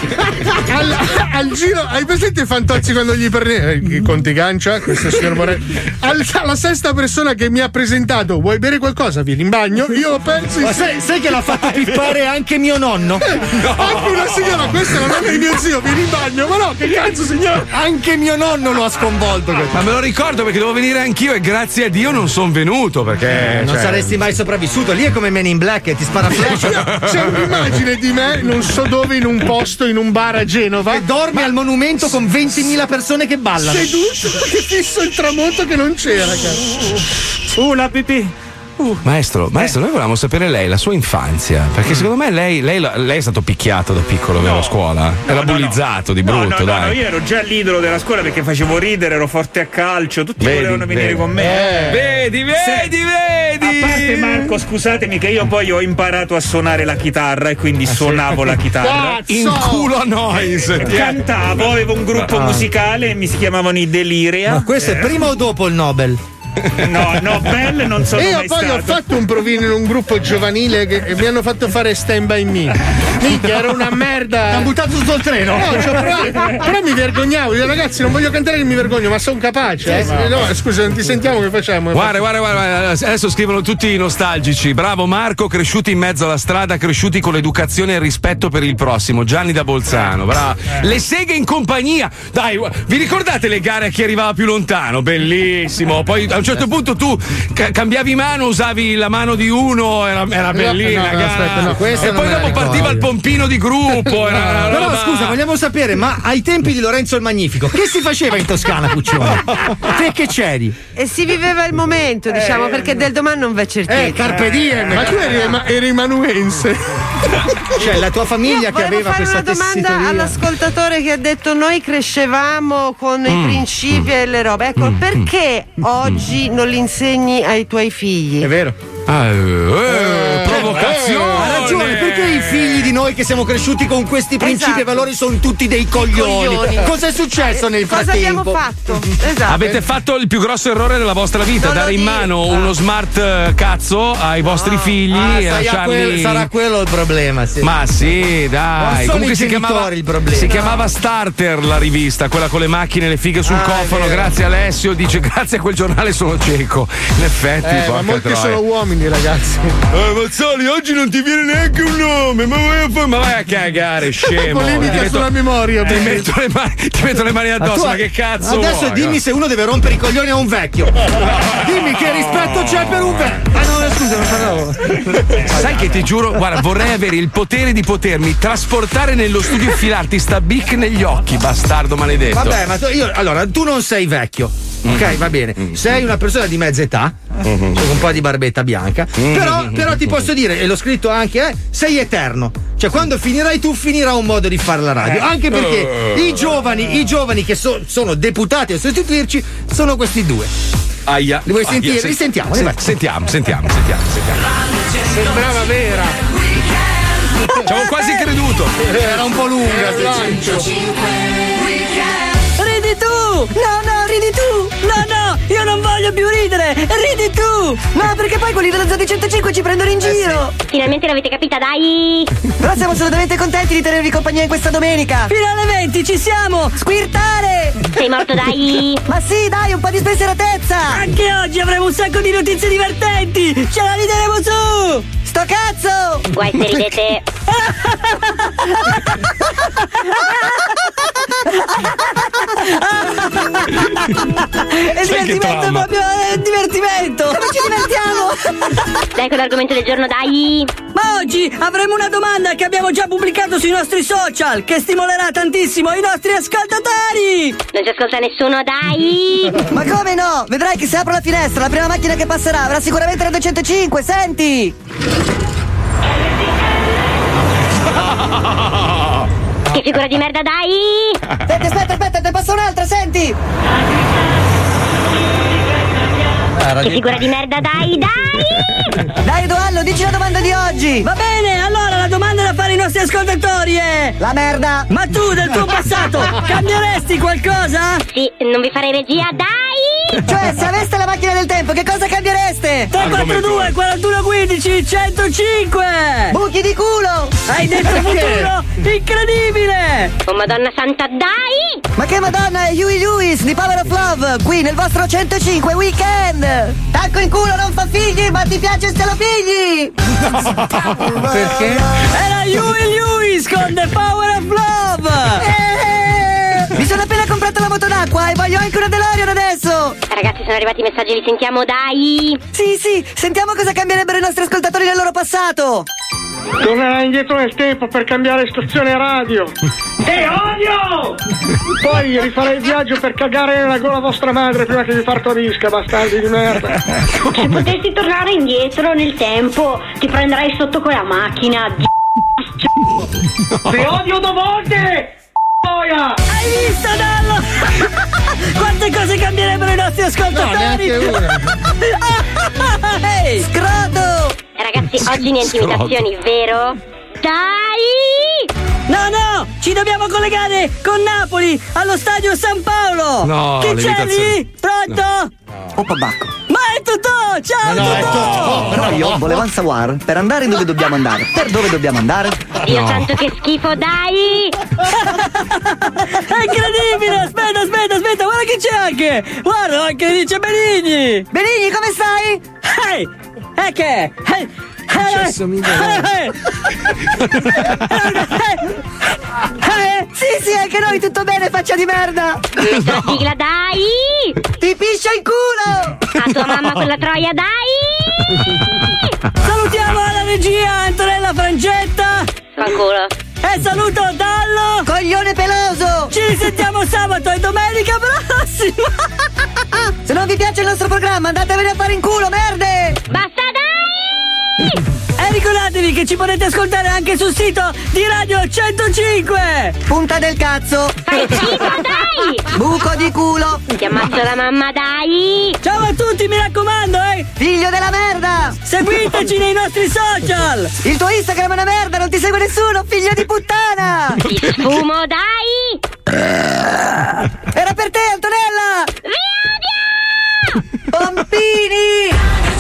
al giro, hai presente Fantozzi quando gli prende il Conte Gancia, questo signor Morelli, alla sesta persona che mi ha presentato, vuoi bere qualcosa? Vieni in bagno, io ho perso. Ma sai che l'ha fatto pippare anche mio nonno? No. Anche una signora, questa è la nonna di mio zio, vieni in bagno, ma no, che cazzo signore? Anche mio nonno lo ha sconvolto. Ma me lo ricordo perché dovevo venire anch'io e grazie a Dio non sono venuto perché non saresti mai sopravvissuto. Lì è come Men in Black e ti spara flash. C'è un'immagine di me, non so dove, in un posto, in un bar a Genova, e dormi al monumento con 20.000 persone che ballano. Seduto che fisso il tramonto che non c'era, cazzo. La pipì. Maestro, noi volevamo sapere lei, la sua infanzia, perché secondo me lei è stato picchiato da piccolo, vero, a scuola? Era bullizzato di brutto, dai. No, io ero già l'idolo della scuola perché facevo ridere, ero forte a calcio, tutti volevano venire con me. Vedi! A parte Marco, scusatemi che io poi ho imparato a suonare la chitarra e quindi suonavo la chitarra. In culo a noi! Cantavo, avevo un gruppo musicale e mi si chiamavano i Deliria. Ma questo è prima o dopo il Nobel? No, Nobel non sono mai stato. Io poi ho fatto un provino in un gruppo giovanile che mi hanno fatto fare Stand By Me. Minchia, era una merda. Mi hanno buttato tutto il treno. No, però mi vergognavo. Io, ragazzi, non voglio cantare che mi vergogno, ma sono capace. No, scusa, non ti sentiamo, che facciamo? Guarda, adesso scrivono tutti i nostalgici. Bravo Marco, cresciuti in mezzo alla strada, cresciuti con l'educazione e il rispetto per il prossimo. Gianni da Bolzano, bravo. Le seghe in compagnia. Dai, vi ricordate le gare a chi arrivava più lontano? Bellissimo. Poi a un certo punto tu cambiavi mano, usavi la mano di uno, era bellina. E poi dopo partiva il pompino di gruppo. Però scusa, vogliamo sapere, ma ai tempi di Lorenzo il Magnifico, che si faceva in Toscana, Puccione? Te che c'eri? E si viveva il momento, diciamo, perché del domani non v'è certezza. Carpe diem. Ma tu eri manuense. Cioè, la tua famiglia che aveva questa tessitoria. Una domanda all'ascoltatore che ha detto: noi crescevamo con i principi e le robe. Ecco, perché oggi non li insegni ai tuoi figli? È vero. Provocazione. Ha ragione, perché i figli di noi che siamo cresciuti con questi principi e valori sono tutti dei coglioni? Cosa è successo nel frattempo? Cosa abbiamo fatto? Esatto. Avete fatto il più grosso errore della vostra vita, dare in mano uno smart cazzo ai vostri figli e lasciarli. Sarà quello il problema, sì. Ma sì, dai. Comunque si chiamava Starter la rivista, quella con le macchine e le fighe sul cofano. Grazie Alessio, dice grazie a quel giornale sono cieco. In effetti, ma molti sono uomini, ragazzi. Mazzoli, oggi non ti viene neanche un nome, ma vai a cagare, scemo. Polemica sulla memoria. Ti metto le mani addosso, ma che cazzo adesso vuoi? Dimmi se uno deve rompere i coglioni a un vecchio. Dimmi che rispetto c'è per un vecchio. No, scusa, non parlavo. Sai che ti giuro, guarda, vorrei avere il potere di potermi trasportare nello studio e filarti sta bic negli occhi, bastardo maledetto. Vabbè, ma allora, tu non sei vecchio. Ok, va bene. Sei una persona di mezza età, con un po' di barbetta bianca, però ti posso dire, e l'ho scritto anche, sei eterno. Cioè, quando finirai tu, finirà un modo di fare la radio. Anche perché i giovani che sono deputati a sostituirci sono questi due. Aia. Li vuoi sentire? Risentiamo. Sentiamo. Sembrava vera. Ci avevo quasi creduto. Era un po' lunga. Ridi tu! No, ridi tu! No, io non voglio più ridere! Ridi tu! No, perché poi quelli dello Zoo di 105 ci prendono in giro. Sì. Finalmente l'avete capita, dai. Però siamo assolutamente contenti di tenervi compagnia in questa domenica. Fino alle 20 ci siamo. Squirtare. Sei morto, dai. Ma sì, dai, un po' di spensieratezza. Anche oggi avremo un sacco di notizie divertenti. Ce la rideremo su. Sto cazzo. Guai se ridete. È divertimento, proprio divertimento. Come ci divertiamo? Dai con l'argomento del giorno, dai. Ma oggi avremo una domanda che abbiamo già pubblicato sui nostri social, che stimolerà tantissimo i nostri ascoltatori. Non ci ascolta nessuno, dai. Ma come no? Vedrai che se apro la finestra, la prima macchina che passerà avrà sicuramente la 205, senti. Che figura di merda, dai. Senti, aspetta, te passa un'altra, senti. Che figura di merda, dai. Dai, Edoardo, dici la domanda di oggi. Va bene, allora la domanda da fare ai nostri ascoltatori è: la merda. Ma tu del tuo passato cambieresti qualcosa? Sì, non vi farei regia, dai. Cioè, se aveste la macchina del tempo, che cosa cambiereste? 342 41 15 105. Buchi di culo. Hai detto futuro incredibile. Oh madonna santa, dai. Ma che madonna, è Huey Lewis di Power of Love, qui nel vostro 105 Weekend. Tacco in culo non fa figli, ma ti piace se lo pigli. Perché? Era Huey Lewis con The Power of Love. Mi sono appena comprato la moto d'acqua e voglio anche una DeLorean adesso. Ragazzi, sono arrivati i messaggi, li sentiamo, dai. Sì, sentiamo cosa cambierebbero i nostri ascoltatori nel loro passato. Tornerai indietro nel tempo per cambiare stazione radio. Te odio! Poi rifarei il viaggio per cagare nella gola vostra madre prima che vi partorisca, bastardi di merda. Se potessi tornare indietro nel tempo, ti prenderei sotto con la macchina. Te odio 2 volte! Hai visto, Dallo? Quante cose cambierebbero i nostri ascoltatori? Ehi, scroto! Ragazzi, oggi niente imitazioni, vero? Dai! No, ci dobbiamo collegare con Napoli, allo stadio San Paolo. No, chi c'è lì? Pronto? No. Oppa Bacco. Ma è Totò! Ciao, Totò! Però io volevo savoir per andare dove dobbiamo andare. Per dove dobbiamo andare? Dio santo, che schifo, dai! È incredibile! Aspetta, guarda che c'è anche! Guarda, anche dice Benigni! Benigni, come stai? Ehi! E che? Sì, anche noi tutto bene, faccia di merda. La sigla, dai. Ti piscia il culo. A tua mamma quella troia, dai. Salutiamo alla regia Antonella Frangetta. Fanculo. E saluto Dallo, coglione peloso. Ci risentiamo sabato e domenica prossima. Se non vi piace il nostro programma, andatevene a fare in culo, merde. Basta, dai. E ricordatevi che ci potete ascoltare anche sul sito di Radio 105. Punta del cazzo. Fai schifo, dai. Buco di culo. Ti ammazzo la mamma, dai. Ciao a tutti, mi raccomando, figlio della merda. Seguiteci nei nostri social. Il tuo Instagram è una merda, non ti segue nessuno, figlio di puttana. Ti sfumo, dai. Era per te, Antonella. Vi odio. Pompini.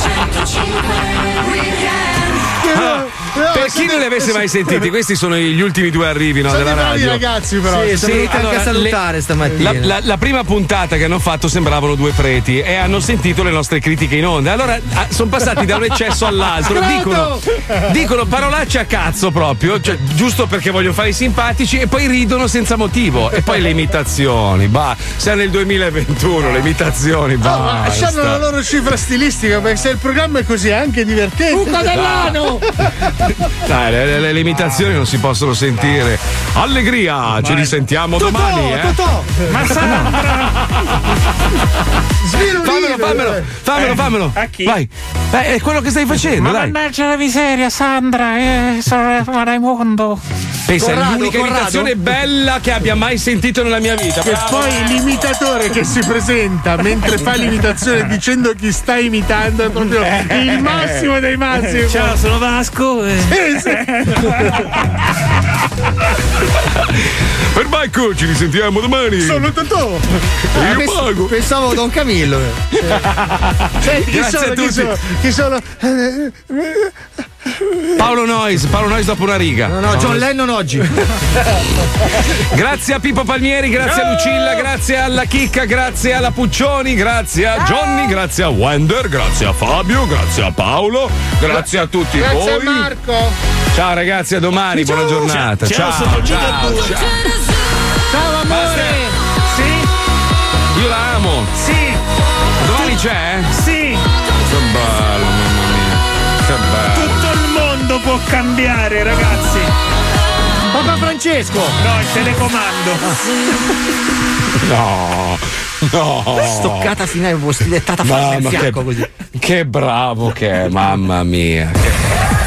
Per chi non li avesse mai sentiti, questi sono gli ultimi 2 arrivi, no, della radio. Ragazzi, però sono venuti anche a salutare stamattina. La prima puntata che hanno fatto sembravano 2 preti e hanno sentito le nostre critiche in onda. Allora sono passati da un eccesso all'altro. Dicono parolacce a cazzo proprio, cioè, giusto perché vogliono fare i simpatici, e poi ridono senza motivo. E poi le imitazioni, siamo nel 2021, le imitazioni, ma hanno la loro cifra stilistica, perché se il programma è così è anche divertente. Buco dell'ano! Dai, le imitazioni non si possono sentire. Allegria, ci risentiamo domani. Ma Sandra! Fammelo. A chi? Vai. È quello che stai facendo, dai. Mannaggia la miseria, Sandra, sono Raimondo. Pensa, è l'unica imitazione bella che abbia mai sentito nella mia vita. E poi l'imitatore che si presenta mentre fa l'imitazione dicendo chi sta imitando è proprio il massimo dei massimi. Ciao, sono Vasco. Sì. Per Marco, ci risentiamo domani. Sono Totò. Io pago. Pensavo Don Camillo. Senti, chi sono? Paolo Noyes dopo una riga. No, John Lennon oggi. Grazie a Pippo Palmieri, grazie a Lucilla, grazie alla Chicca, grazie alla Puccioni, grazie a Johnny, grazie a Wender, grazie a Fabio, grazie a Paolo, grazie a tutti voi. Grazie a Marco. Ciao ragazzi, a domani, buona giornata. Ciao. Ciao amore. Sì? Io la amo. Sì. Domani c'è? Sì. Che bello, mamma mia. Che bello. Tutto il mondo può cambiare, ragazzi. Papa Francesco. No, il telecomando. No. Stoccata finale, stilettata forte in fianco così. Che bravo che è, mamma mia.